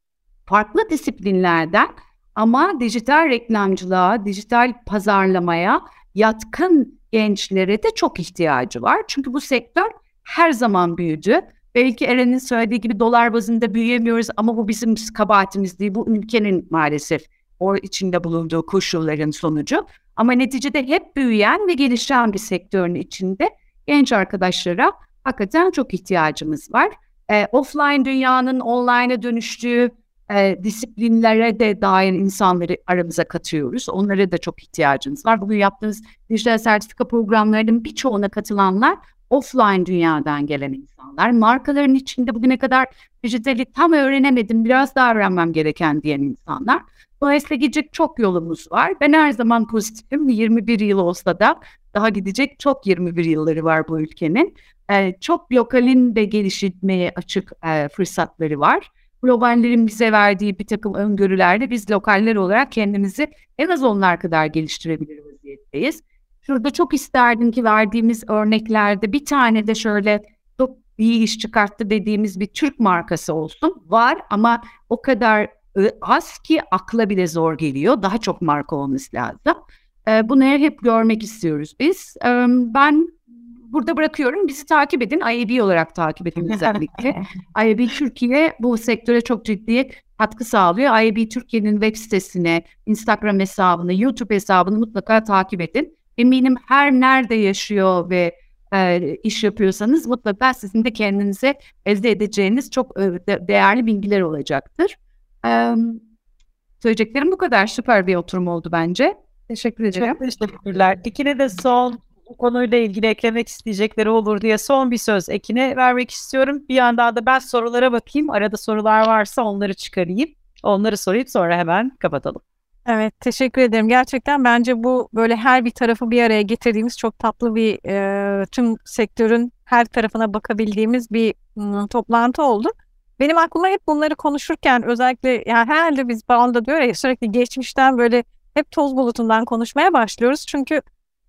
farklı disiplinlerden ama dijital reklamcılığa, dijital pazarlamaya yatkın gençlere de çok ihtiyacı var. Çünkü bu sektör her zaman büyüdü. Belki Eren'in söylediği gibi dolar bazında büyüyemiyoruz ama bu bizim kabahatimiz değil. Bu ülkenin maalesef o içinde bulunduğu koşulların sonucu. Ama neticede hep büyüyen ve gelişen bir sektörün içinde genç arkadaşlara hakikaten çok ihtiyacımız var. E, offline dünyanın online'a dönüştüğü e, disiplinlere de dair insanları aramıza katıyoruz. Onlara da çok ihtiyacımız var. Bugün yaptığımız dijital sertifika programlarının birçoğuna katılanlar offline dünyadan gelen insanlar. Markaların içinde bugüne kadar dijitali tam öğrenemedim, biraz daha öğrenmem gereken diyen insanlar. Dolayısıyla gidecek çok yolumuz var. Ben her zaman pozitifim. yirmi bir yıl olsa da daha gidecek çok yirmi bir yılları var bu ülkenin. Ee, çok lokalin de gelişmeye açık e, fırsatları var. Globallerin bize verdiği bir takım öngörülerde biz lokaller olarak kendimizi en az onlar kadar geliştirebilir vaziyetteyiz. Şurada çok isterdim ki verdiğimiz örneklerde bir tane de şöyle çok iyi iş çıkarttı dediğimiz bir Türk markası olsun. Var ama o kadar az ki akla bile zor geliyor. Daha çok marka olması lazım. Bunları hep görmek istiyoruz biz. Ben burada bırakıyorum. Bizi takip edin. I A B olarak takip edin özellikle. I A B Türkiye bu sektöre çok ciddi katkı sağlıyor. I A B Türkiye'nin web sitesine, Instagram hesabını, YouTube hesabını mutlaka takip edin. Eminim her nerede yaşıyor ve e, iş yapıyorsanız mutlaka sizin de kendinize elde edeceğiniz çok de, değerli bilgiler olacaktır. E, söyleyeceklerim bu kadar. Süper bir oturum oldu bence. Teşekkür ederim. Çok teşekkürler. Ekin'e de son bu konuyla ilgili eklemek isteyecekleri olur diye son bir söz Ekin'e vermek istiyorum. Bir yandan da ben sorulara bakayım. Arada sorular varsa onları çıkarayım. Onları sorayım sonra hemen kapatalım. Evet, teşekkür ederim. Gerçekten bence bu böyle her bir tarafı bir araya getirdiğimiz çok tatlı bir e, tüm sektörün her tarafına bakabildiğimiz bir m, toplantı oldu. Benim aklıma hep bunları konuşurken özellikle yani herhalde biz Bağım'da diyor ya sürekli geçmişten böyle hep toz bulutundan konuşmaya başlıyoruz. Çünkü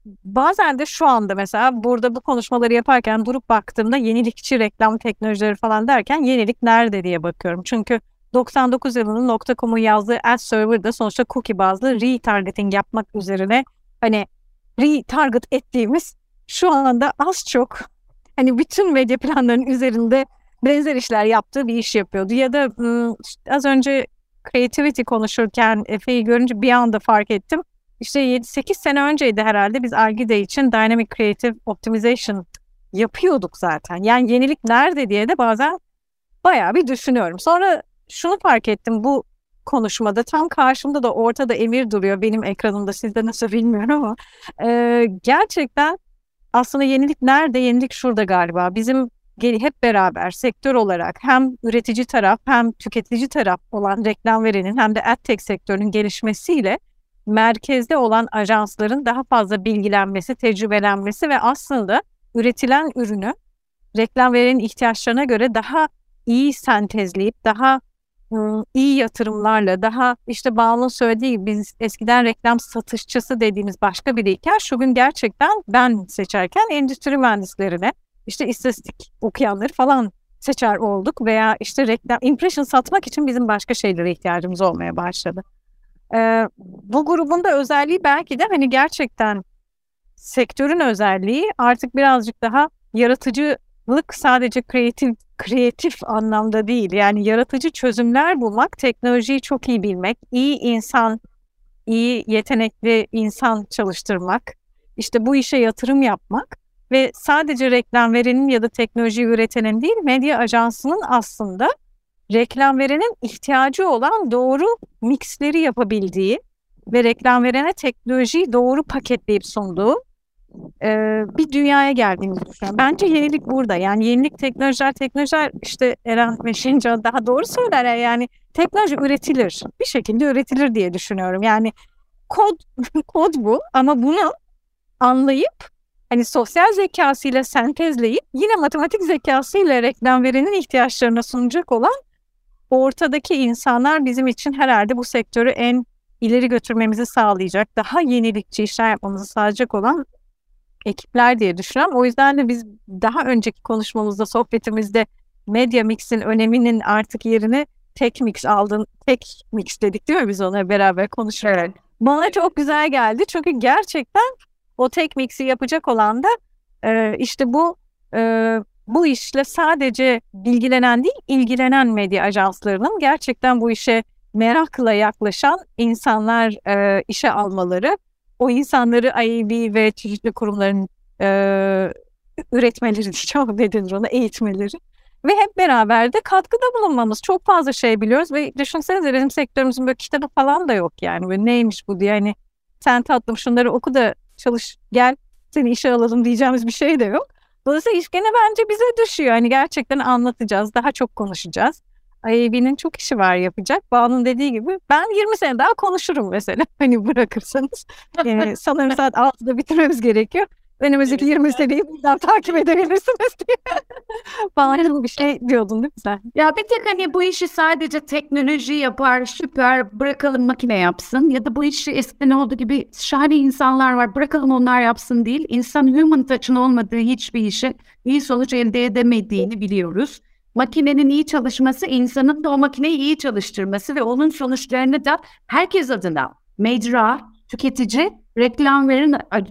bazen de şu anda mesela burada bu konuşmaları yaparken durup baktığımda yenilikçi reklam teknolojileri falan derken yenilik nerede diye bakıyorum. Çünkü doksan dokuz yılının nokta com'un yazdığı ad server'da sonuçta cookie bazlı retargeting yapmak üzerine hani retarget ettiğimiz şu anda az çok hani bütün medya planlarının üzerinde benzer işler yaptığı bir iş yapıyordu. Ya da işte az önce creativity konuşurken Efe'yi görünce bir anda fark ettim. İşte yedi sekiz sene önceydi herhalde biz Algida için Dynamic Creative Optimization yapıyorduk zaten. Yani yenilik nerede diye de bazen bayağı bir düşünüyorum. Sonra şunu fark ettim bu konuşmada, tam karşımda da ortada Emir duruyor benim ekranımda, sizde nasıl bilmiyorum ama e, gerçekten aslında yenilik nerede? Yenilik şurada galiba. Bizim hep beraber sektör olarak hem üretici taraf hem tüketici taraf olan reklam verenin hem de AdTech sektörünün gelişmesiyle merkezde olan ajansların daha fazla bilgilenmesi, tecrübelenmesi ve aslında üretilen ürünü reklam verenin ihtiyaçlarına göre daha iyi sentezleyip daha ıı, iyi yatırımlarla, daha işte Bağlı'nın söylediği gibi biz eskiden reklam satışçısı dediğimiz başka biriyken şu gün gerçekten ben seçerken endüstri mühendislerine, işte istatistik okuyanları falan seçer olduk veya işte reklam, impression satmak için bizim başka şeylere ihtiyacımız olmaya başladı. Ee, bu grubun da özelliği belki de hani gerçekten sektörün özelliği artık birazcık daha yaratıcılık, sadece kreatif kreatif anlamda değil. Yani yaratıcı çözümler bulmak, teknolojiyi çok iyi bilmek, iyi insan, iyi yetenekli insan çalıştırmak, işte bu işe yatırım yapmak ve sadece reklam verenin ya da teknoloji üretenin değil, medya ajansının aslında reklam verenin ihtiyacı olan doğru mixleri yapabildiği ve reklam verene teknolojiyi doğru paketleyip sunduğu e, bir dünyaya geldiğimizi düşünüyorum. Bence yenilik burada. Yani yenilik teknolojiler, teknolojiler işte Eren ve Şincan daha doğru söyler. Yani teknoloji üretilir. Bir şekilde üretilir diye düşünüyorum. Yani kod kod bu ama bunu anlayıp hani sosyal zekasıyla sentezleyip yine matematik zekasıyla reklam verenin ihtiyaçlarına sunacak olan ortadaki insanlar bizim için herhalde bu sektörü en ileri götürmemizi sağlayacak, daha yenilikçi işler yapmamızı sağlayacak olan ekipler diye düşünüyorum. O yüzden de biz daha önceki konuşmamızda, sohbetimizde medya mix'in öneminin artık yerini tek mix aldın, tek mix dedik değil mi biz ona beraber konuşuyoruz. Evet. Bana çok güzel geldi çünkü gerçekten o tek mix'i yapacak olan da e, işte bu e, bu işle sadece bilgilenen değil, ilgilenen medya ajanslarının gerçekten bu işe merakla yaklaşan insanlar e, işe almaları, o insanları I A B ve çeşitli kurumların e, üretmeleri, çok dediniz ona, eğitmeleri ve hep beraber de katkıda bulunmamız. Çok fazla şey biliyoruz ve düşünsenize bizim sektörümüzün böyle kitabı falan da yok yani. Böyle neymiş bu diye, hani sen tatlım şunları oku da çalış, gel seni işe alalım diyeceğimiz bir şey de yok. Dolayısıyla iş gene bence bize düşüyor. Hani gerçekten anlatacağız, daha çok konuşacağız. I A B'nin çok işi var yapacak. Bağlı'nın dediği gibi ben yirmi sene daha konuşurum mesela. Hani bırakırsanız. Yani sanırım saat altıda bitirmemiz gerekiyor. Önümüzdeki yirmi seneyi buradan takip edebilirsiniz diye. Bağlı'nın bir şey diyordun değil mi sen? Ya bir tek hani bu işi sadece teknoloji yapar, süper, bırakalım makine yapsın. Ya da bu işi eskiden olduğu gibi şahane insanlar var, bırakalım onlar yapsın değil. İnsan human touch'ın olmadığı hiçbir işe iyi sonuç elde edemediğini biliyoruz. Makinenin iyi çalışması, insanın da o makineyi iyi çalıştırması ve onun sonuçlarını da herkes adına, mecra, tüketici, reklam veren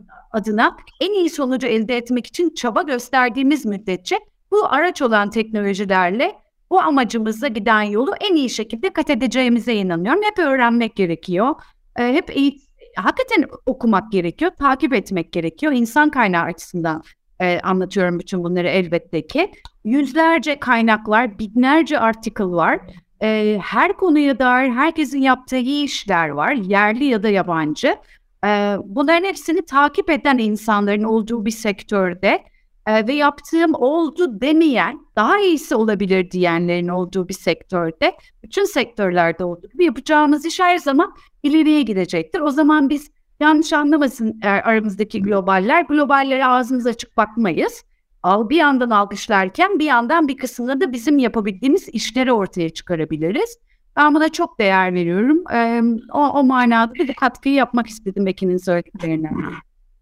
adına en iyi sonucu elde etmek için çaba gösterdiğimiz müddetçe bu araç olan teknolojilerle bu amacımıza giden yolu en iyi şekilde kat edeceğimize inanıyorum. Hep öğrenmek gerekiyor. Ee, hep iyi, hakikaten okumak gerekiyor, takip etmek gerekiyor. İnsan kaynağı açısından e, anlatıyorum bütün bunları elbette ki. Yüzlerce kaynaklar, binlerce article var. E, her konuya dair herkesin yaptığı iyi işler var, yerli ya da yabancı. E, bunların hepsini takip eden insanların olduğu bir sektörde e, ve yaptığım oldu demeyen, daha iyisi olabilir diyenlerin olduğu bir sektörde, bütün sektörlerde olduğu gibi yapacağımız iş her zaman ileriye gidecektir. O zaman biz yanlış anlamasın aramızdaki globaller, globallere ağzımız açık bakmayız. Al bir yandan alkışlarken bir yandan bir kısmında da bizim yapabildiğimiz işleri ortaya çıkarabiliriz. Ben buna çok değer veriyorum. Ee, o, o manada bir katkıyı yapmak istedim Ekin'in söylediklerine.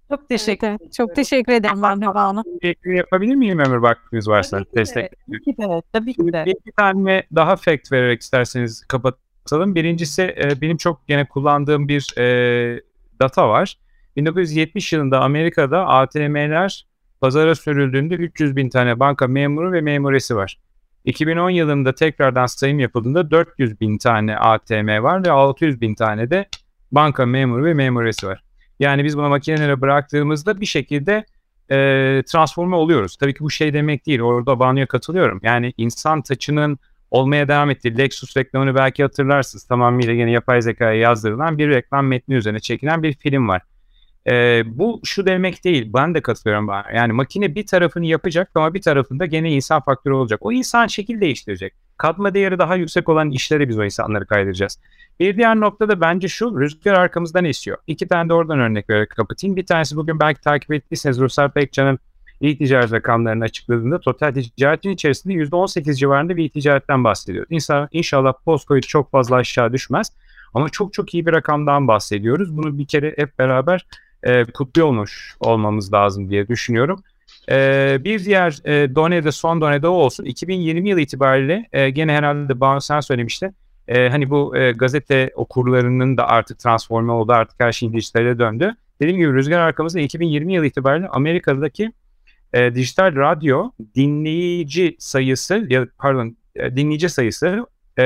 Çok teşekkür Evet, evet. Çok teşekkür ederim ben de Banu. Bir yapabilir miyim Ömür, vaktiniz varsa? Tabii ki de, Destek. tabii ki de, tabii ki Şimdi de. bir iki tane daha fact vererek isterseniz kapatalım. Birincisi e, benim çok gene kullandığım bir e, data var. bin dokuz yüz yetmiş yılında Amerika'da A T M'ler pazara sürüldüğünde üç yüz bin tane banka memuru ve memuresi var. iki bin on yılında tekrardan sayım yapıldığında dört yüz bin tane A T M var ve altı yüz bin tane de banka memuru ve memuresi var. Yani biz bunu makinelere bıraktığımızda bir şekilde e, transforme oluyoruz. Tabii ki bu şey demek değil. Orada Banu'ya katılıyorum. Yani insan taçının olmaya devam ettiği Lexus reklamını belki hatırlarsınız. Tamamıyla yine yapay zekaya yazdırılan bir reklam metni üzerine çekilen bir film var. Ee, bu şu demek değil. Ben de katılıyorum bana. Yani makine bir tarafını yapacak ama bir tarafında gene insan faktörü olacak. O insan şekil değiştirecek. Katma değeri daha yüksek olan işlere biz o insanları kaydıracağız. Bir diğer nokta da bence şu: rüzgar arkamızdan esiyor. İki tane de oradan örnek vererek kapatayım. Bir tanesi, bugün belki takip ettiyseniz, Ruslar Pekcan'ın İ-ticaret rakamlarını açıkladığında total ticaretin içerisinde yüzde on sekiz civarında bir ticaretten bahsediyor. İnsan, inşallah post-covid çok fazla aşağı düşmez. Ama çok çok iyi bir rakamdan bahsediyoruz. Bunu bir kere hep beraber e, kutluyor olmuş olmamız lazım diye düşünüyorum. E, bir diğer e, done de son done de o olsun. iki bin yirmi yılı itibariyle e, gene herhalde Banu sen söylemiştin. E, hani bu e, gazete okurlarının da artık transforme oldu. Artık her şey dijitale döndü. Dediğim gibi rüzgar arkamızda iki bin yirmi yılı itibariyle Amerika'daki e, dijital radyo dinleyici sayısı ya pardon e, dinleyici sayısı e,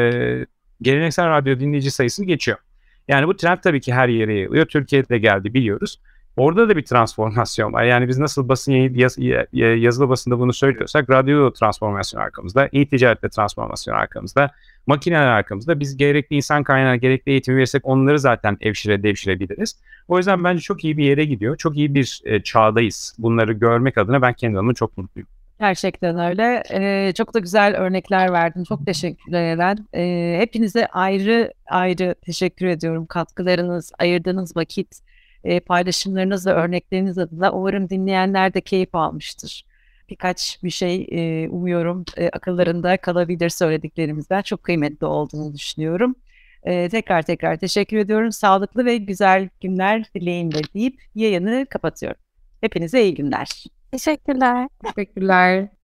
geleneksel radyo dinleyici sayısını geçiyor. Yani bu trend tabii ki her yere yayılıyor. Türkiye'de geldi, biliyoruz. Orada da bir transformasyon var. Yani biz nasıl basın yaz, yazılı basında bunu söylüyorsak, radyo transformasyon arkamızda, e-ticarette transformasyon arkamızda, makineler arkamızda. Biz gerekli insan kaynağı, gerekli eğitimi verirsek onları zaten evşire devşirebiliriz. O yüzden bence çok iyi bir yere gidiyor. Çok iyi bir e, çağdayız. Bunları görmek adına ben kendi adıma çok mutluyum. Gerçekten öyle. Ee, çok da güzel örnekler verdin. Çok teşekkürler Eren. Ee, hepinize ayrı ayrı teşekkür ediyorum. Katkılarınız, ayırdığınız vakit, e, paylaşımlarınız ve örnekleriniz adına umarım dinleyenler de keyif almıştır. Birkaç bir şey e, umuyorum e, akıllarında kalabilir söylediklerimizden. Çok kıymetli olduğunu düşünüyorum. E, tekrar tekrar teşekkür ediyorum. Sağlıklı ve güzel günler dileğimle deyip yayını kapatıyorum. Hepinize iyi günler. Teşekkürler. Teşekkürler.